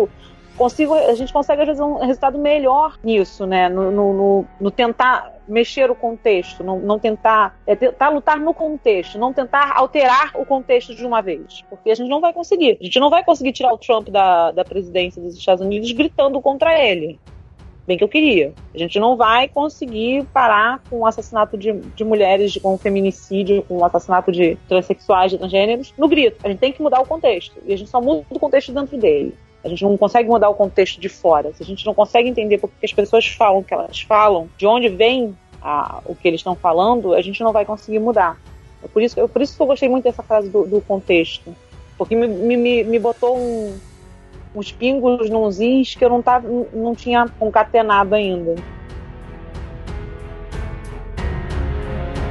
A gente consegue às vezes um resultado melhor nisso, né? No tentar mexer o contexto, não tentar lutar no contexto, não tentar alterar o contexto de uma vez, porque a gente não vai conseguir. A gente não vai conseguir tirar o Trump da presidência dos Estados Unidos gritando contra ele. Bem que eu queria. A gente não vai conseguir parar com o assassinato de mulheres, com o feminicídio, com o assassinato de transexuais, de transgêneros, no grito. A gente tem que mudar o contexto. E a gente só muda o contexto dentro dele. A gente não consegue mudar o contexto de fora. Se a gente não consegue entender porque as pessoas falam o que elas falam, de onde vem o que eles estão falando, a gente não vai conseguir mudar. Por isso que eu gostei muito dessa frase do contexto. Porque me botou uns pingos nos is que eu não tinha concatenado ainda.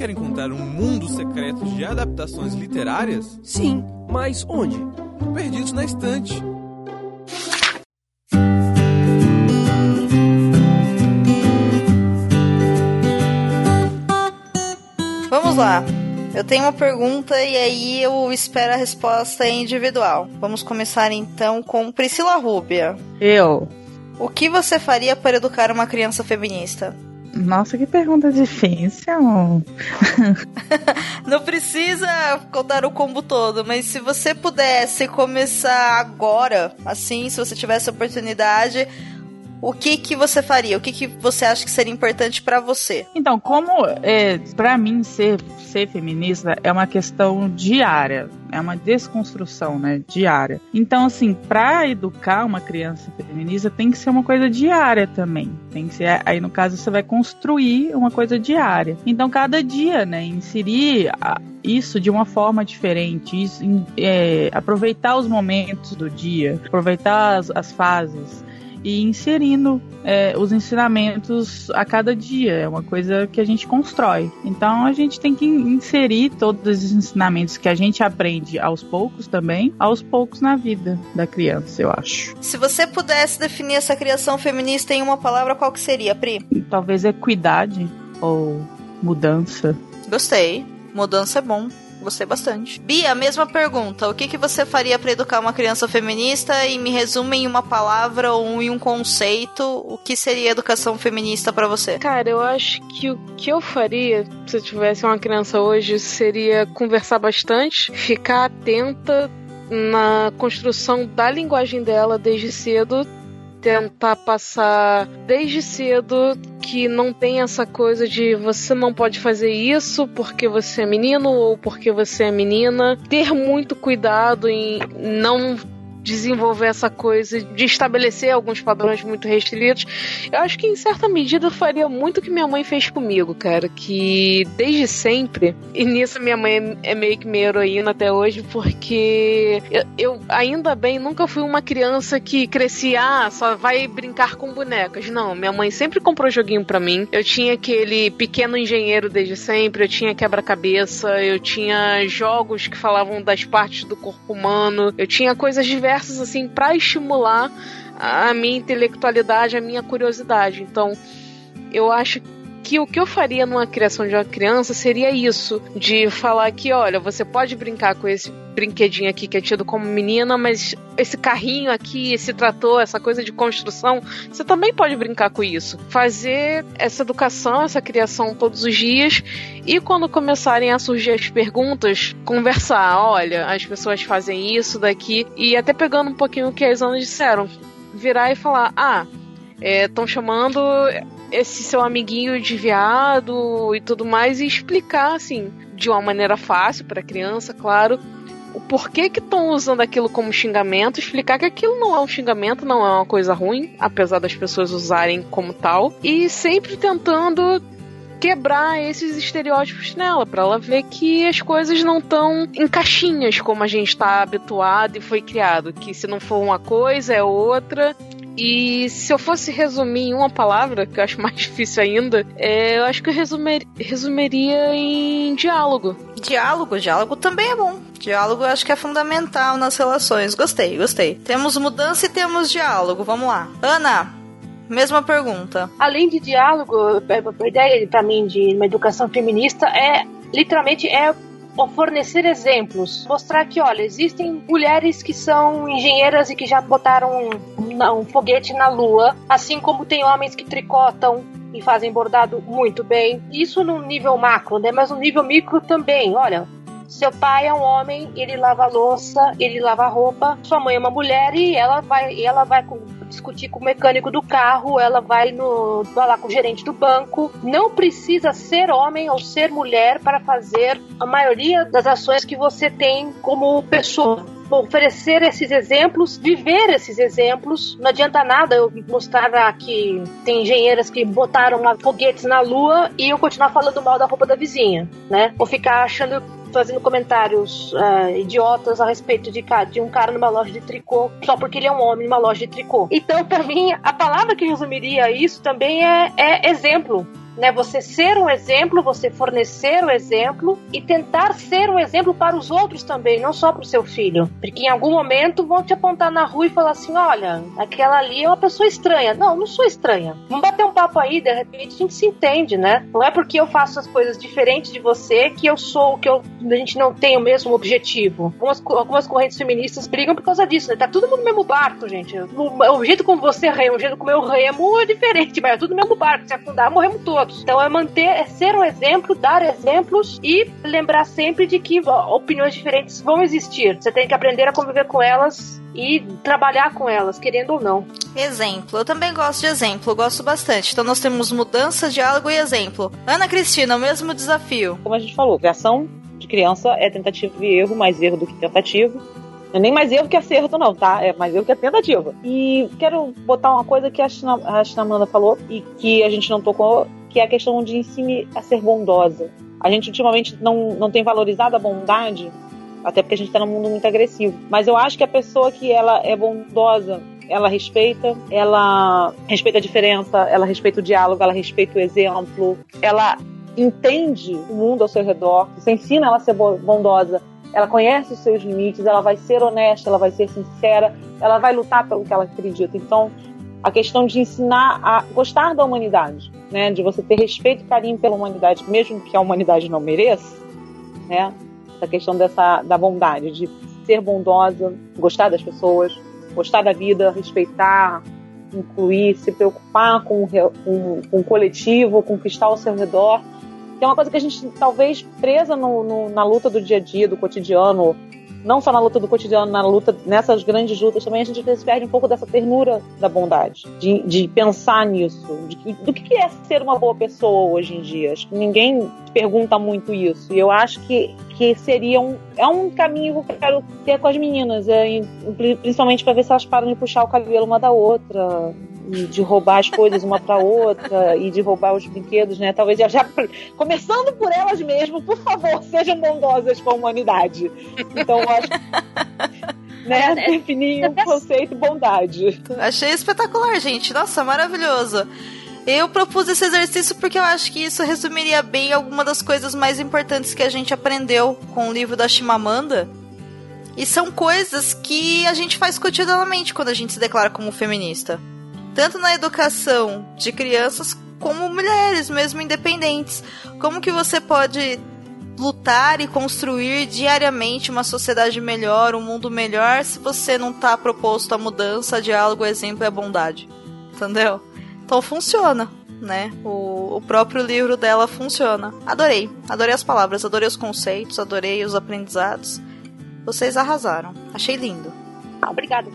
quer encontrar um mundo secreto de adaptações literárias? Sim, mas onde? Perdidos na Estante. Vamos lá. Eu tenho uma pergunta e aí eu espero a resposta individual. Vamos começar então com Priscila Rúbia. O que você faria para educar uma criança feminista? Nossa, que pergunta difícil. Não precisa contar o combo todo, mas se você pudesse começar agora, assim, se você tivesse a oportunidade, o que você faria? O que você acha que seria importante pra você? Então, como pra mim ser feminista é uma questão diária, é uma desconstrução, né, diária. Então, assim, pra educar uma criança feminista tem que ser uma coisa diária também. Tem que ser, aí no caso você vai construir uma coisa diária. Então, cada dia, né, inserir isso de uma forma diferente, aproveitar os momentos do dia, aproveitar as fases. E inserindo os ensinamentos a cada dia. É uma coisa que a gente constrói. Então a gente tem que inserir todos os ensinamentos que a gente aprende aos poucos também, aos poucos na vida da criança, eu acho. Se você pudesse definir essa criação feminista em uma palavra, qual que seria, Pri? Talvez equidade ou mudança. Gostei. Mudança é bom. Gostei bastante. Bia, mesma pergunta. O que você faria para educar uma criança feminista? E me resume em uma palavra ou em um conceito. O que seria educação feminista para você? Cara, eu acho que o que eu faria se eu tivesse uma criança hoje seria conversar bastante, ficar atenta na construção da linguagem dela desde cedo, tentar passar desde cedo que não tem essa coisa de você não pode fazer isso porque você é menino ou porque você é menina. Ter muito cuidado em não desenvolver essa coisa de estabelecer alguns padrões muito restritos. Eu acho que em certa medida faria muito o que minha mãe fez comigo, cara, que desde sempre, e nisso minha mãe é meio que minha heroína até hoje, porque eu ainda bem nunca fui uma criança que crescia, só vai brincar com bonecas. Não, minha mãe sempre comprou joguinho pra mim. Eu tinha aquele pequeno engenheiro desde sempre, eu tinha quebra-cabeça, eu tinha jogos que falavam das partes do corpo humano, eu tinha coisas diversas assim para estimular a minha intelectualidade, a minha curiosidade. Então, eu acho que o que eu faria numa criação de uma criança seria isso, de falar que, olha, você pode brincar com esse brinquedinho aqui que é tido como menina, mas esse carrinho aqui, esse trator, essa coisa de construção, você também pode brincar com isso. Fazer essa educação, essa criação todos os dias, e quando começarem a surgir as perguntas, conversar, olha, as pessoas fazem isso daqui, e até pegando um pouquinho o que as Anas disseram, virar e falar, estão chamando esse seu amiguinho de viado e tudo mais, e explicar, assim, de uma maneira fácil para a criança, claro, o porquê que estão usando aquilo como xingamento, explicar que aquilo não é um xingamento, não é uma coisa ruim, apesar das pessoas usarem como tal, e sempre tentando quebrar esses estereótipos nela, para ela ver que as coisas não estão em caixinhas como a gente está habituado e foi criado, que se não for uma coisa é outra. E se eu fosse resumir em uma palavra, que eu acho mais difícil ainda, eu acho que eu resumiria em diálogo. Diálogo também é bom. Diálogo eu acho que é fundamental nas relações. Gostei. Temos mudança e temos diálogo. Vamos lá. Ana, mesma pergunta. Além de diálogo, a ideia pra mim de uma educação feminista literalmente fornecer exemplos, mostrar que, olha, existem mulheres que são engenheiras e que já botaram um foguete na lua, assim como tem homens que tricotam e fazem bordado muito bem. Isso no nível macro, né? Mas no nível micro também, olha, seu pai é um homem, ele lava a louça, ele lava a roupa, sua mãe é uma mulher e ela vai discutir com o mecânico do carro, ela vai lá com o gerente do banco. Não precisa ser homem ou ser mulher para fazer a maioria das ações que você tem como pessoa. Oferecer esses exemplos, viver esses exemplos. Não adianta nada eu mostrar que tem engenheiras que botaram foguetes na lua e eu continuar falando mal da roupa da vizinha, né? Ou ficar fazendo comentários idiotas a respeito de um cara numa loja de tricô só porque ele é um homem numa loja de tricô. Então, pra mim, a palavra que resumiria isso também é exemplo. né? Você ser um exemplo, você fornecer o exemplo e tentar ser um exemplo para os outros também, não só para o seu filho. Porque em algum momento vão te apontar na rua e falar assim, olha, aquela ali é uma pessoa estranha. Não sou estranha. Vamos bater um papo aí, de repente a gente se entende, né? Não é porque eu faço as coisas diferentes de você que eu sou, a gente não tem o mesmo objetivo. Algumas correntes feministas brigam por causa disso, né? Tá tudo no mesmo barco, gente. O jeito como você rema, o jeito como eu remo é diferente, mas é tudo no mesmo barco. Se afundar, morremos todos. Então é ser um exemplo, dar exemplos e lembrar sempre de que opiniões diferentes vão existir. Você tem que aprender a conviver com elas e trabalhar com elas, querendo ou não. Exemplo. Eu também gosto de exemplo, eu gosto bastante. Então nós temos mudança, diálogo e exemplo. Ana Cristina, o mesmo desafio. Como a gente falou, criação de criança é tentativa e erro, mais erro do que tentativa. Não é nem mais erro que acerto não, tá? É mais erro que a tentativa. E quero botar uma coisa que a Chinamanda falou e que a gente não tocou, que é a questão de ensine a ser bondosa. A gente ultimamente não tem valorizado a bondade, até porque a gente está num mundo muito agressivo. Mas eu acho que a pessoa que ela é bondosa, ela respeita a diferença, ela respeita o diálogo, ela respeita o exemplo, ela entende o mundo ao seu redor, você ensina ela a ser bondosa, ela conhece os seus limites, ela vai ser honesta, ela vai ser sincera, ela vai lutar pelo que ela acredita. Então, a questão de ensinar a gostar da humanidade, né, de você ter respeito e carinho pela humanidade, mesmo que a humanidade não mereça, né, essa questão da bondade, de ser bondosa, gostar das pessoas, gostar da vida, respeitar, incluir, se preocupar com o coletivo, com o que está ao seu redor. Que é uma coisa que a gente, talvez, presa na luta do dia a dia, do cotidiano, não só na luta do cotidiano, nessas grandes lutas também, a gente às vezes perde um pouco dessa ternura da bondade, de pensar nisso, do que é ser uma boa pessoa hoje em dia. Acho que ninguém pergunta muito isso, e eu acho que seria um caminho que eu quero ter com as meninas, principalmente para ver se elas param de puxar o cabelo uma da outra, e de roubar as coisas uma pra outra, e de roubar os brinquedos, né? Talvez já começando por elas mesmas, por favor, sejam bondosas com a humanidade. Então, eu acho né, definir o conceito bondade. Achei espetacular, gente. Nossa, maravilhoso. Eu propus esse exercício porque eu acho que isso resumiria bem algumas das coisas mais importantes que a gente aprendeu com o livro da Chimamanda. E são coisas que a gente faz cotidianamente quando a gente se declara como feminista. Tanto na educação de crianças como mulheres, mesmo independentes. Como que você pode lutar e construir diariamente uma sociedade melhor, um mundo melhor, se você não está proposto a mudança, diálogo, exemplo e a bondade? Entendeu? Então funciona, né? O próprio livro dela funciona. Adorei as palavras, adorei os conceitos, adorei os aprendizados. Vocês arrasaram. Achei lindo. Obrigada.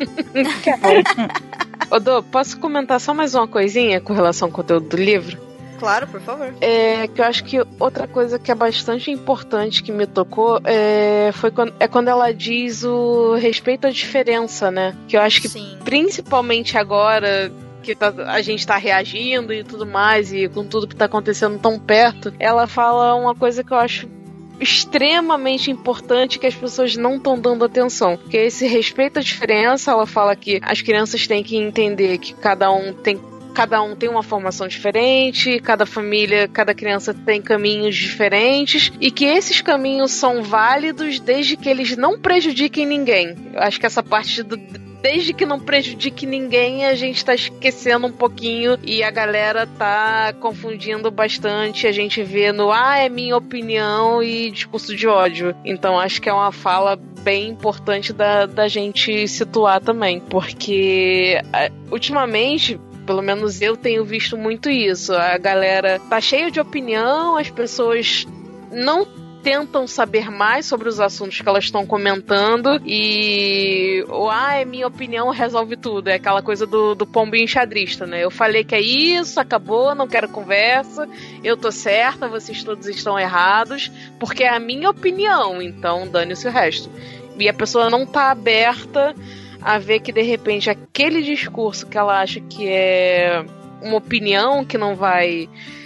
Odô, posso comentar só mais uma coisinha com relação ao conteúdo do livro? Claro, por favor. Que eu acho que outra coisa que é bastante importante que me tocou foi quando ela diz o respeito à diferença, né? Que eu acho que Sim. Principalmente agora que a gente tá reagindo e tudo mais, e com tudo que tá acontecendo tão perto, ela fala uma coisa que eu acho extremamente importante que as pessoas não estão dando atenção, que é esse respeito à diferença. Ela fala que as crianças têm que entender que cada um tem uma formação diferente, cada família, cada criança tem caminhos diferentes e que esses caminhos são válidos desde que eles não prejudiquem ninguém. Eu acho que essa parte desde que não prejudique ninguém, a gente tá esquecendo um pouquinho e a galera tá confundindo bastante. A gente vê é minha opinião e discurso de ódio. Então acho que é uma fala bem importante da gente situar também, porque ultimamente, pelo menos eu tenho visto muito isso. A galera tá cheia de opinião, as pessoas não tentam saber mais sobre os assuntos que elas estão comentando e é minha opinião, resolve tudo. É aquela coisa do pombinho enxadrista, né? Eu falei que é isso, acabou, não quero conversa, eu tô certa, vocês todos estão errados, porque é a minha opinião, então dane-se o resto. E a pessoa não tá aberta a ver que de repente aquele discurso que ela acha que é uma opinião que não vai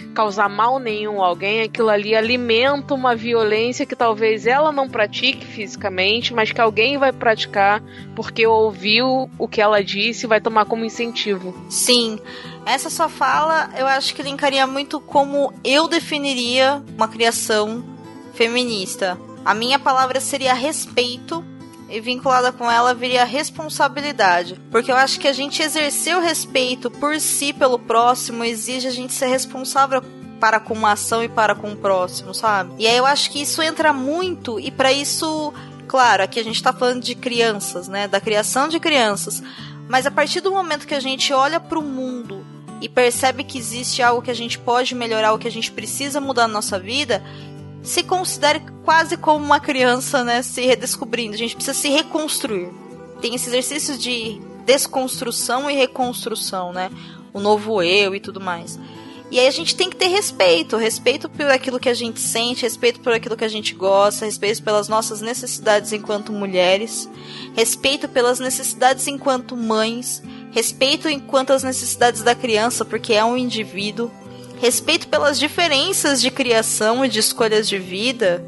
causar mal nenhum a alguém, aquilo ali alimenta uma violência que talvez ela não pratique fisicamente, mas que alguém vai praticar porque ouviu o que ela disse e vai tomar como incentivo. Sim, essa sua fala eu acho que linkaria muito como eu definiria uma criação feminista. A minha palavra seria respeito, e vinculada com ela viria responsabilidade. Porque eu acho que a gente exercer o respeito por si pelo próximo exige a gente ser responsável para com uma ação e para com o próximo, sabe? E aí eu acho que isso entra muito, e para isso, claro, aqui a gente tá falando de crianças, né? Da criação de crianças. Mas a partir do momento que a gente olha pro mundo e percebe que existe algo que a gente pode melhorar, o que a gente precisa mudar na nossa vida, se considere quase como uma criança, né, se redescobrindo. A gente precisa se reconstruir. Tem esse exercício de desconstrução e reconstrução, né? O novo eu e tudo mais. E aí a gente tem que ter respeito. Respeito por aquilo que a gente sente, respeito por aquilo que a gente gosta, respeito pelas nossas necessidades enquanto mulheres, respeito pelas necessidades enquanto mães, respeito enquanto as necessidades da criança, porque é um indivíduo. Respeito pelas diferenças de criação e de escolhas de vida.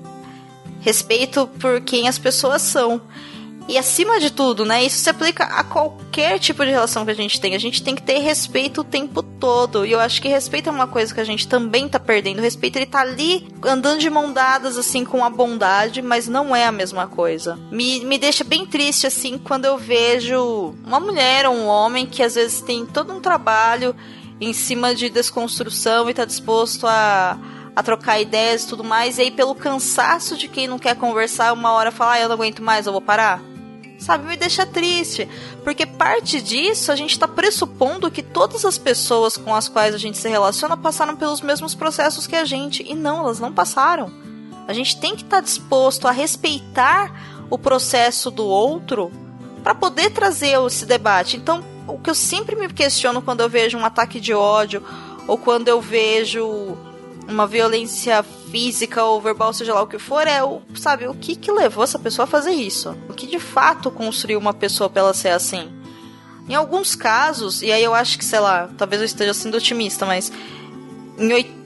Respeito por quem as pessoas são. E acima de tudo, né, isso se aplica a qualquer tipo de relação que a gente tem. A gente tem que ter respeito o tempo todo. E eu acho que respeito é uma coisa que a gente também tá perdendo. O respeito, ele tá ali andando de mão dadas, assim, com a bondade, mas não é a mesma coisa. Me deixa bem triste, assim, quando eu vejo uma mulher ou um homem que às vezes tem todo um trabalho em cima de desconstrução e tá disposto a trocar ideias e tudo mais, e aí pelo cansaço de quem não quer conversar, uma hora fala, eu não aguento mais, eu vou parar. Sabe, me deixa triste, porque parte disso a gente tá pressupondo que todas as pessoas com as quais a gente se relaciona passaram pelos mesmos processos que a gente, e não, elas não passaram. A gente tem que estar disposto a respeitar o processo do outro para poder trazer esse debate. Então, o que eu sempre me questiono quando eu vejo um ataque de ódio, ou quando eu vejo uma violência física ou verbal, seja lá o que for, é o que levou essa pessoa a fazer isso? O que de fato construiu uma pessoa pra ela ser assim? Em alguns casos, e aí eu acho que, sei lá, talvez eu esteja sendo otimista, mas em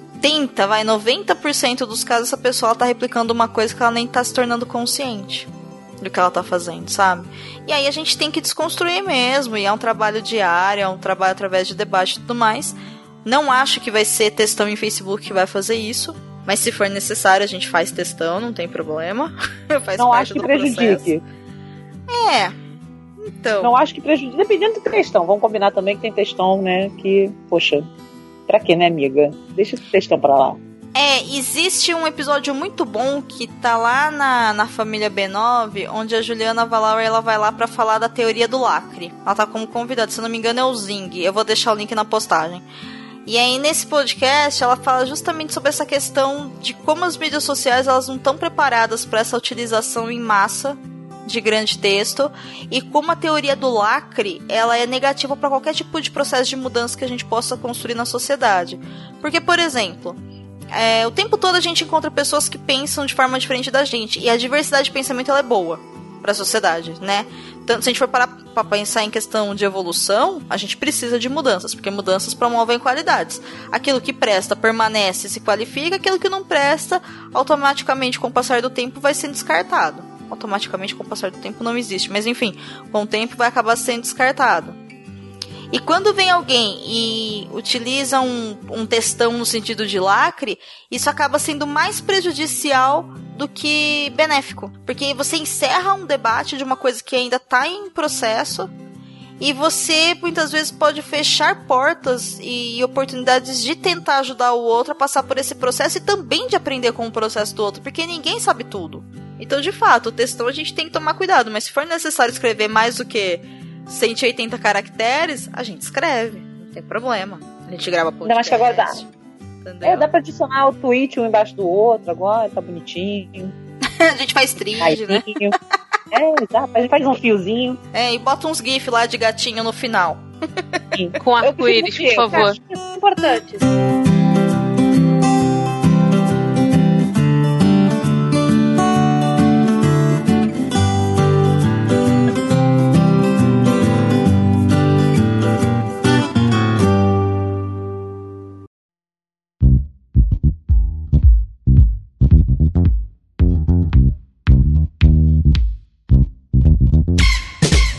90% dos casos essa pessoa tá replicando uma coisa que ela nem tá se tornando consciente do que ela tá fazendo, sabe? E aí a gente tem que desconstruir mesmo, e é um trabalho diário, é um trabalho através de debate e tudo mais. Não acho que vai ser textão em Facebook que vai fazer isso, mas se for necessário a gente faz textão, não tem problema. Faz não parte acho que do prejudique. Processo. Então. Não acho que prejudique, dependendo do textão. Vamos combinar também que tem textão, né, que, poxa, pra quê, né, amiga? Deixa esse textão pra lá. Existe um episódio muito bom que tá lá na família B9, onde a Juliana Valauer, ela vai lá pra falar da teoria do lacre. Ela tá como convidada, se não me engano é o Zing. Eu vou deixar o link na postagem. E aí nesse podcast ela fala justamente sobre essa questão de como as mídias sociais elas não estão preparadas para essa utilização em massa de grande texto, e como a teoria do lacre ela é negativa para qualquer tipo de processo de mudança que a gente possa construir na sociedade. Porque, por exemplo, o tempo todo a gente encontra pessoas que pensam de forma diferente da gente, e a diversidade de pensamento ela é boa para a sociedade, né? Tanto se a gente for parar para pensar em questão de evolução, a gente precisa de mudanças, porque mudanças promovem qualidades. Aquilo que presta permanece, se qualifica, aquilo que não presta, automaticamente com o passar do tempo vai sendo descartado. Automaticamente com o passar do tempo não existe, mas enfim, com o tempo vai acabar sendo descartado. E quando vem alguém e utiliza um textão no sentido de lacre, isso acaba sendo mais prejudicial do que benéfico. Porque você encerra um debate de uma coisa que ainda está em processo, e você muitas vezes pode fechar portas e oportunidades de tentar ajudar o outro a passar por esse processo e também de aprender com o processo do outro, porque ninguém sabe tudo. Então, de fato, o textão a gente tem que tomar cuidado, mas se for necessário escrever mais do que 180 caracteres, a gente escreve, não tem problema. A gente grava podcast. Não, acho que agora dá. Dá pra adicionar o tweet um embaixo do outro agora, tá bonitinho. A gente faz trilha, né? Exato, a gente faz um fiozinho. E bota uns gifs lá de gatinho no final. Com arco-íris, por favor. Acho que é importante.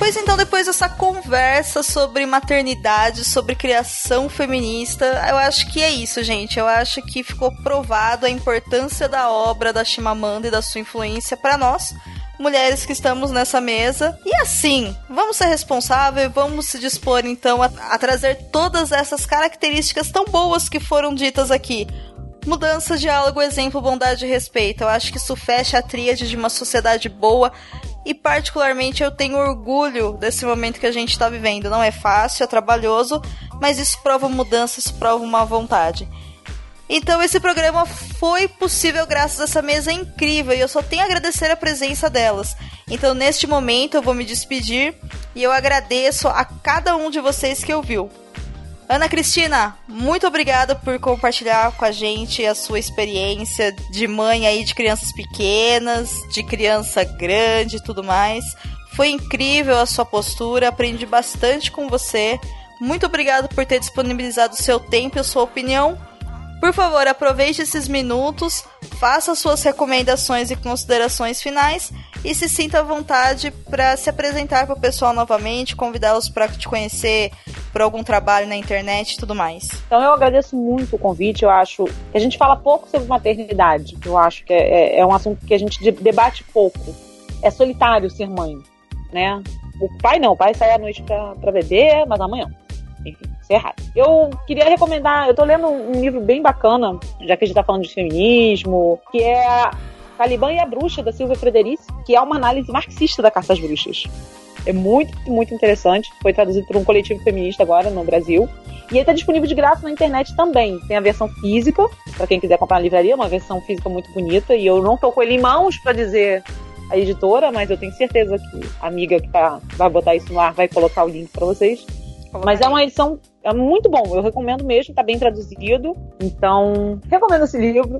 Pois então, depois dessa conversa sobre maternidade, sobre criação feminista, eu acho que é isso, gente. Eu acho que ficou provado a importância da obra da Chimamanda e da sua influência para nós, mulheres que estamos nessa mesa. E assim, vamos ser responsáveis, vamos se dispor então a trazer todas essas características tão boas que foram ditas aqui. Mudança, diálogo, exemplo, bondade e respeito. Eu acho que isso fecha a tríade de uma sociedade boa. E particularmente eu tenho orgulho desse momento que a gente está vivendo. Não é fácil, é trabalhoso, mas isso prova mudança, isso prova uma vontade. Então esse programa foi possível graças a essa mesa incrível e eu só tenho a agradecer a presença delas. Então neste momento eu vou me despedir e eu agradeço a cada um de vocês que ouviu. Ana Cristina, muito obrigada por compartilhar com a gente a sua experiência de mãe aí de crianças pequenas, de criança grande e tudo mais. Foi incrível a sua postura, aprendi bastante com você. Muito obrigada por ter disponibilizado o seu tempo e a sua opinião. Por favor, aproveite esses minutos, faça suas recomendações e considerações finais e se sinta à vontade para se apresentar para o pessoal novamente, convidá-los para te conhecer por algum trabalho na internet e tudo mais. Então eu agradeço muito o convite, eu acho que a gente fala pouco sobre maternidade, eu acho que é um assunto que a gente debate pouco. É solitário ser mãe, né? O pai não, o pai sai à noite para beber, mas amanhã, enfim, isso é errado. Eu queria recomendar, eu tô lendo um livro bem bacana, já que a gente tá falando de feminismo, que é a Caliban e a Bruxa, da Silvia Frederici, que é uma análise marxista da caça às bruxas. É muito, muito interessante. Foi traduzido por um coletivo feminista agora no Brasil. E ele está disponível de graça na internet também. Tem a versão física, para quem quiser comprar na livraria, uma versão física muito bonita. E eu não estou com ele em mãos para dizer a editora, mas eu tenho certeza que a amiga que vai botar isso no ar vai colocar o link para vocês. Mas é uma edição muito bom. Eu recomendo mesmo, está bem traduzido. Então, recomendo esse livro.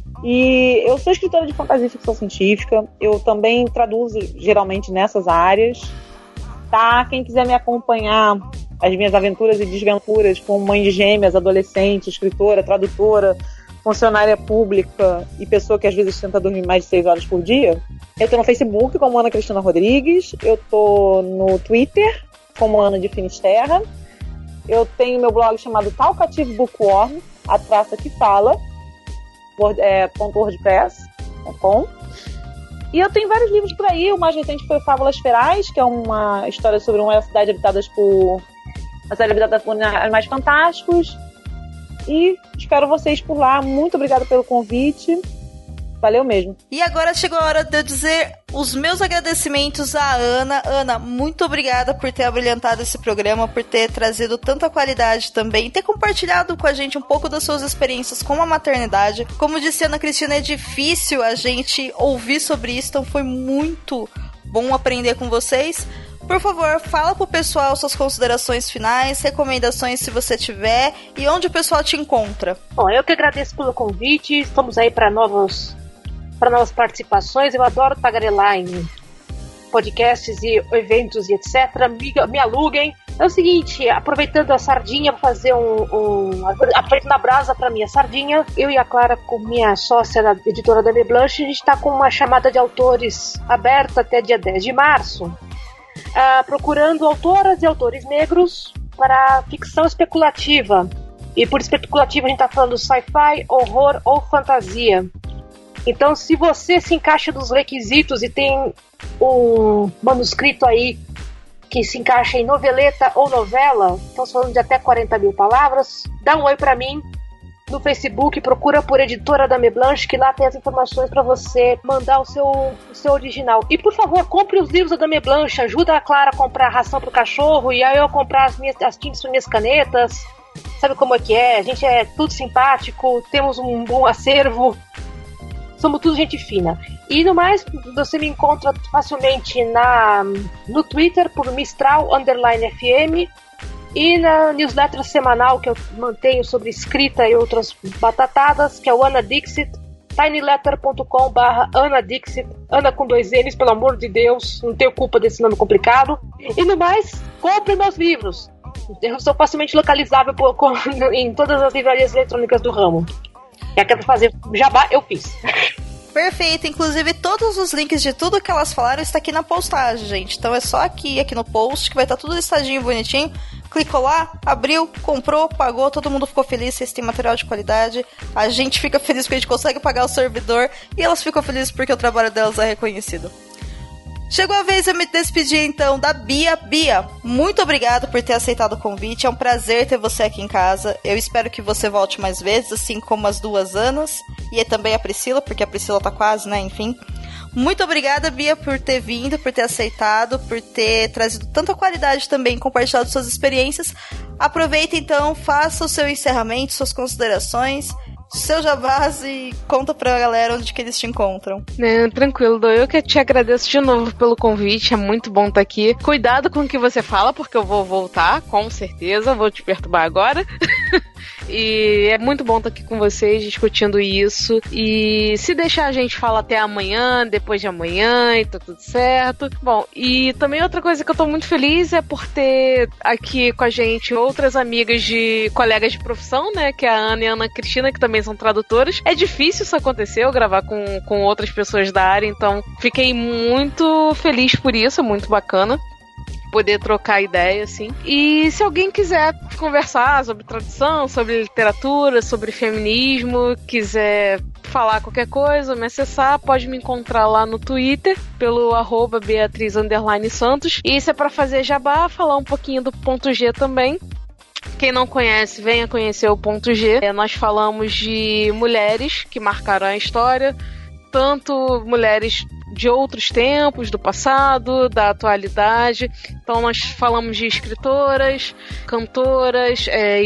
E eu sou escritora de fantasia e ficção científica. Eu também traduzo geralmente nessas áreas. Tá? Quem quiser me acompanhar, as minhas aventuras e desventuras como mãe de gêmeas, adolescente, escritora, tradutora, funcionária pública e pessoa que às vezes tenta dormir mais de 6 horas por dia, eu tô no Facebook como Ana Cristina Rodrigues, eu tô no Twitter como Ana de Finisterra, eu tenho meu blog chamado Talkative Bookworm, a traça que fala, .wordpress.com. E eu tenho vários livros por aí. O mais recente foi Fábulas Ferais, que é uma história sobre uma cidade habitada por animais fantásticos. E espero vocês por lá. Muito obrigada pelo convite. Valeu mesmo. E agora chegou a hora de eu dizer os meus agradecimentos à Ana. Ana, muito obrigada por ter abrilhantado esse programa, por ter trazido tanta qualidade também, ter compartilhado com a gente um pouco das suas experiências com a maternidade. Como disse a Ana Cristina, é difícil a gente ouvir sobre isso, então foi muito bom aprender com vocês. Por favor, fala pro pessoal suas considerações finais, recomendações se você tiver, e onde o pessoal te encontra. Bom, eu que agradeço pelo convite, estamos aí para novas participações. Eu adoro tagarelar em podcasts e eventos e etc. Me aluguem. É o seguinte, aproveitando a sardinha, vou fazer aproveitando a brasa para minha sardinha. Eu e a Clara, com minha sócia da editora Dame Blanche, a gente está com uma chamada de autores aberta até dia 10 de março, procurando autoras e autores negros para ficção especulativa. E por especulativa a gente está falando sci-fi, horror ou fantasia. Então, se você se encaixa nos requisitos e tem um manuscrito aí que se encaixa em noveleta ou novela, estamos falando de até 40 mil palavras, dá um oi pra mim no Facebook, procura por Editora Dame Blanche, que lá tem as informações para você mandar o seu original. E, por favor, compre os livros da Dame Blanche, ajuda a Clara a comprar ração pro cachorro e aí eu comprar as tintas para minhas canetas. Sabe como é que é? A gente é tudo simpático, temos um bom acervo. Somos tudo gente fina. E no mais, você me encontra facilmente no Twitter por Mistral_FM e na newsletter semanal que eu mantenho sobre escrita e outras batatadas, que é o Ana Dixit, tinyletter.com/Ana-Dixit, Ana com 2 N's, pelo amor de Deus, não tenho culpa desse nome complicado. E no mais, compre meus livros. Eu sou facilmente localizável em todas as livrarias eletrônicas do ramo. Já quero fazer jabá, eu fiz. Perfeito. Inclusive, todos os links de tudo que elas falaram está aqui na postagem, gente. Então é só aqui no post, que vai estar tudo listadinho, bonitinho. Clicou lá, abriu, comprou, pagou, todo mundo ficou feliz, vocês têm material de qualidade. A gente fica feliz porque a gente consegue pagar o servidor. E elas ficam felizes porque o trabalho delas é reconhecido. Chegou a vez de eu me despedir, então, da Bia. Bia, muito obrigada por ter aceitado o convite. É um prazer ter você aqui em casa. Eu espero que você volte mais vezes, assim como as 2 Anas. E também a Priscila, porque a Priscila tá quase, né? Enfim. Muito obrigada, Bia, por ter vindo, por ter aceitado, por ter trazido tanta qualidade também, compartilhado suas experiências. Aproveita, então, faça o seu encerramento, suas considerações, seu jabás e conta pra galera onde que eles te encontram. Tranquilo, eu que te agradeço de novo pelo convite, é muito bom estar aqui. Cuidado com o que você fala, porque eu vou voltar, com certeza, vou te perturbar agora. E é muito bom estar aqui com vocês discutindo isso. E se deixar, a gente fala até amanhã, depois de amanhã, e tá tudo certo. Bom, e também outra coisa que eu tô muito feliz é por ter aqui com a gente outras amigas de colegas de profissão, né? Que é a Ana e a Ana Cristina, que também são tradutoras. É difícil isso acontecer, eu gravar com outras pessoas da área, então fiquei muito feliz por isso, é muito bacana poder trocar ideia, assim. E se alguém quiser conversar sobre tradução, sobre literatura, sobre feminismo, quiser falar qualquer coisa, me acessar, pode me encontrar lá no Twitter, pelo @Beatriz_Santos. E isso é pra fazer jabá, falar um pouquinho do Ponto G também. Quem não conhece, venha conhecer o Ponto G. Nós falamos de mulheres que marcaram a história, tanto mulheres de outros tempos, do passado, da atualidade. Então nós falamos de escritoras, cantoras,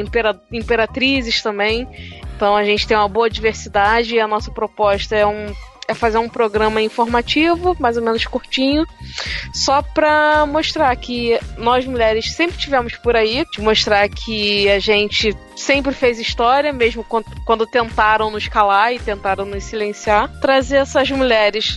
imperatrizes também. Então a gente tem uma boa diversidade e a nossa proposta é fazer um programa informativo, mais ou menos curtinho, só para mostrar que nós mulheres sempre tivemos por aí, de mostrar que a gente sempre fez história, mesmo quando tentaram nos calar e tentaram nos silenciar, trazer essas mulheres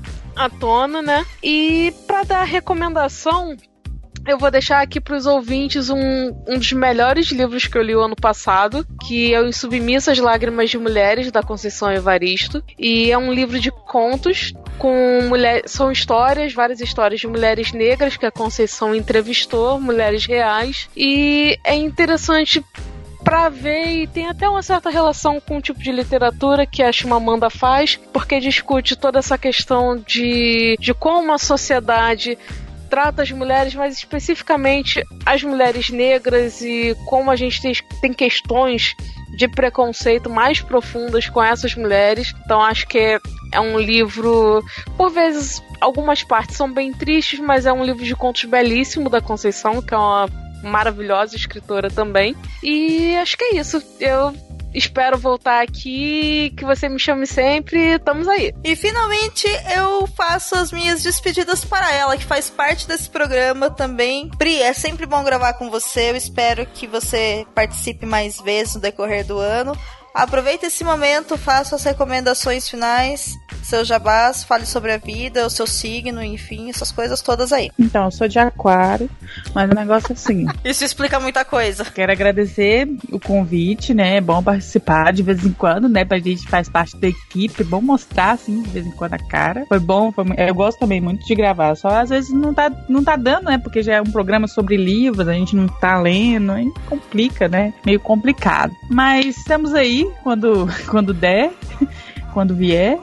à tona, né? E para dar recomendação, eu vou deixar aqui para os ouvintes um dos melhores livros que eu li o ano passado, que é o Insubmissas Lágrimas de Mulheres, da Conceição Evaristo. E é um livro de contos com mulheres. São histórias, várias histórias de mulheres negras que a Conceição entrevistou, mulheres reais. E é interessante pra ver, e tem até uma certa relação com o tipo de literatura que a Chimamanda faz, porque discute toda essa questão de como a sociedade trata as mulheres, mas especificamente as mulheres negras, e como a gente tem questões de preconceito mais profundas com essas mulheres. Então acho que é um livro, por vezes algumas partes são bem tristes, mas é um livro de contos belíssimo da Conceição, que é uma maravilhosa escritora também. E acho que é isso. Eu espero voltar aqui, que você me chame sempre, estamos aí. E finalmente eu faço as minhas despedidas para ela, que faz parte desse programa também. Pri, é sempre bom gravar com você, eu espero que você participe mais vezes no decorrer do ano. Aproveita esse momento, faça as recomendações finais, seu jabás, fale sobre a vida, o seu signo, enfim, essas coisas todas aí. Então, eu sou de Aquário, mas o negócio é assim. Isso explica muita coisa. Quero agradecer o convite, né? É bom participar de vez em quando, né? Pra gente faz parte da equipe, é bom mostrar, assim, de vez em quando a cara. Foi bom, eu gosto também muito de gravar, só às vezes não tá dando, né? Porque já é um programa sobre livros, a gente não tá lendo, aí complica, né? Meio complicado. Mas estamos aí quando der, quando vier.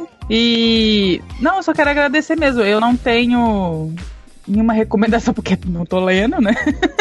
E não, eu só quero agradecer mesmo. Eu não tenho nenhuma recomendação porque não tô lendo, né?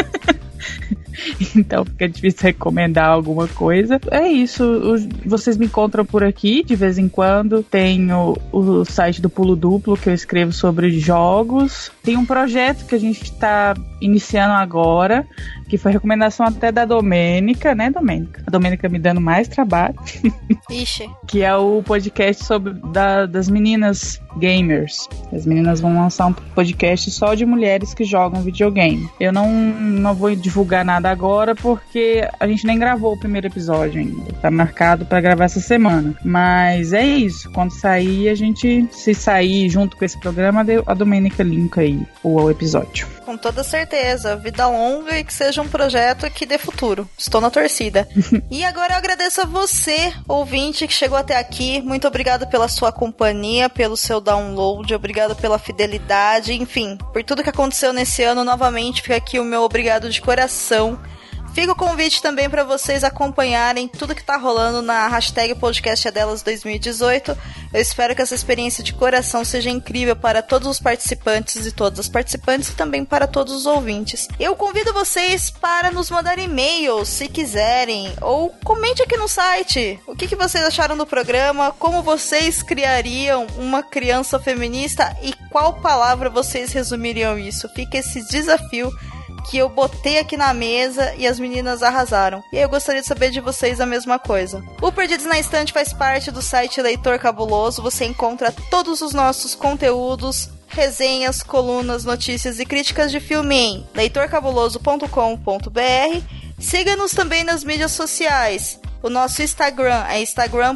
Então fica difícil recomendar alguma coisa. É isso, vocês me encontram por aqui de vez em quando. Tenho o site do Pulo Duplo, que eu escrevo sobre jogos. Tem um projeto que a gente está iniciando agora, que foi recomendação até da Domênica, né, Domênica? A Domênica me dando mais trabalho. Ixi. Que é o podcast das meninas gamers. As meninas vão lançar um podcast só de mulheres que jogam videogame. Eu não vou divulgar nada agora, porque a gente nem gravou o primeiro episódio ainda. Tá marcado pra gravar essa semana. Mas é isso. Quando sair, se sair junto com esse programa, a Domênica linka aí o episódio. Com toda certeza. Vida longa e que seja um projeto que dê futuro. Estou na torcida. E agora eu agradeço a você, ouvinte, que chegou até aqui. Muito obrigado pela sua companhia, pelo seu download, obrigado pela fidelidade, enfim, por tudo que aconteceu nesse ano. Novamente, fica aqui o meu obrigado de coração. Fica o convite também para vocês acompanharem tudo que tá rolando na hashtag Podcast é Delas 2018. Eu espero que essa experiência de coração seja incrível para todos os participantes e todas as participantes e também para todos os ouvintes. Eu convido vocês para nos mandar e-mails, se quiserem, ou comente aqui no site o que vocês acharam do programa, como vocês criariam uma criança feminista e qual palavra vocês resumiriam isso. Fica esse desafio que eu botei aqui na mesa e as meninas arrasaram. E eu gostaria de saber de vocês a mesma coisa. O Perdidos na Estante faz parte do site Leitor Cabuloso. Você encontra todos os nossos conteúdos, resenhas, colunas, notícias e críticas de filme em leitorcabuloso.com.br. Siga-nos também nas mídias sociais. O nosso Instagram é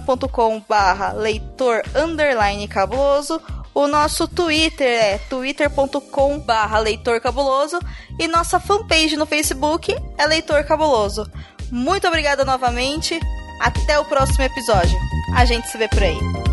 instagram.com/leitor_cabuloso. O nosso Twitter é twitter.com/leitorcabuloso e nossa fanpage no Facebook é Leitor Cabuloso. Muito obrigada novamente, até o próximo episódio. A gente se vê por aí.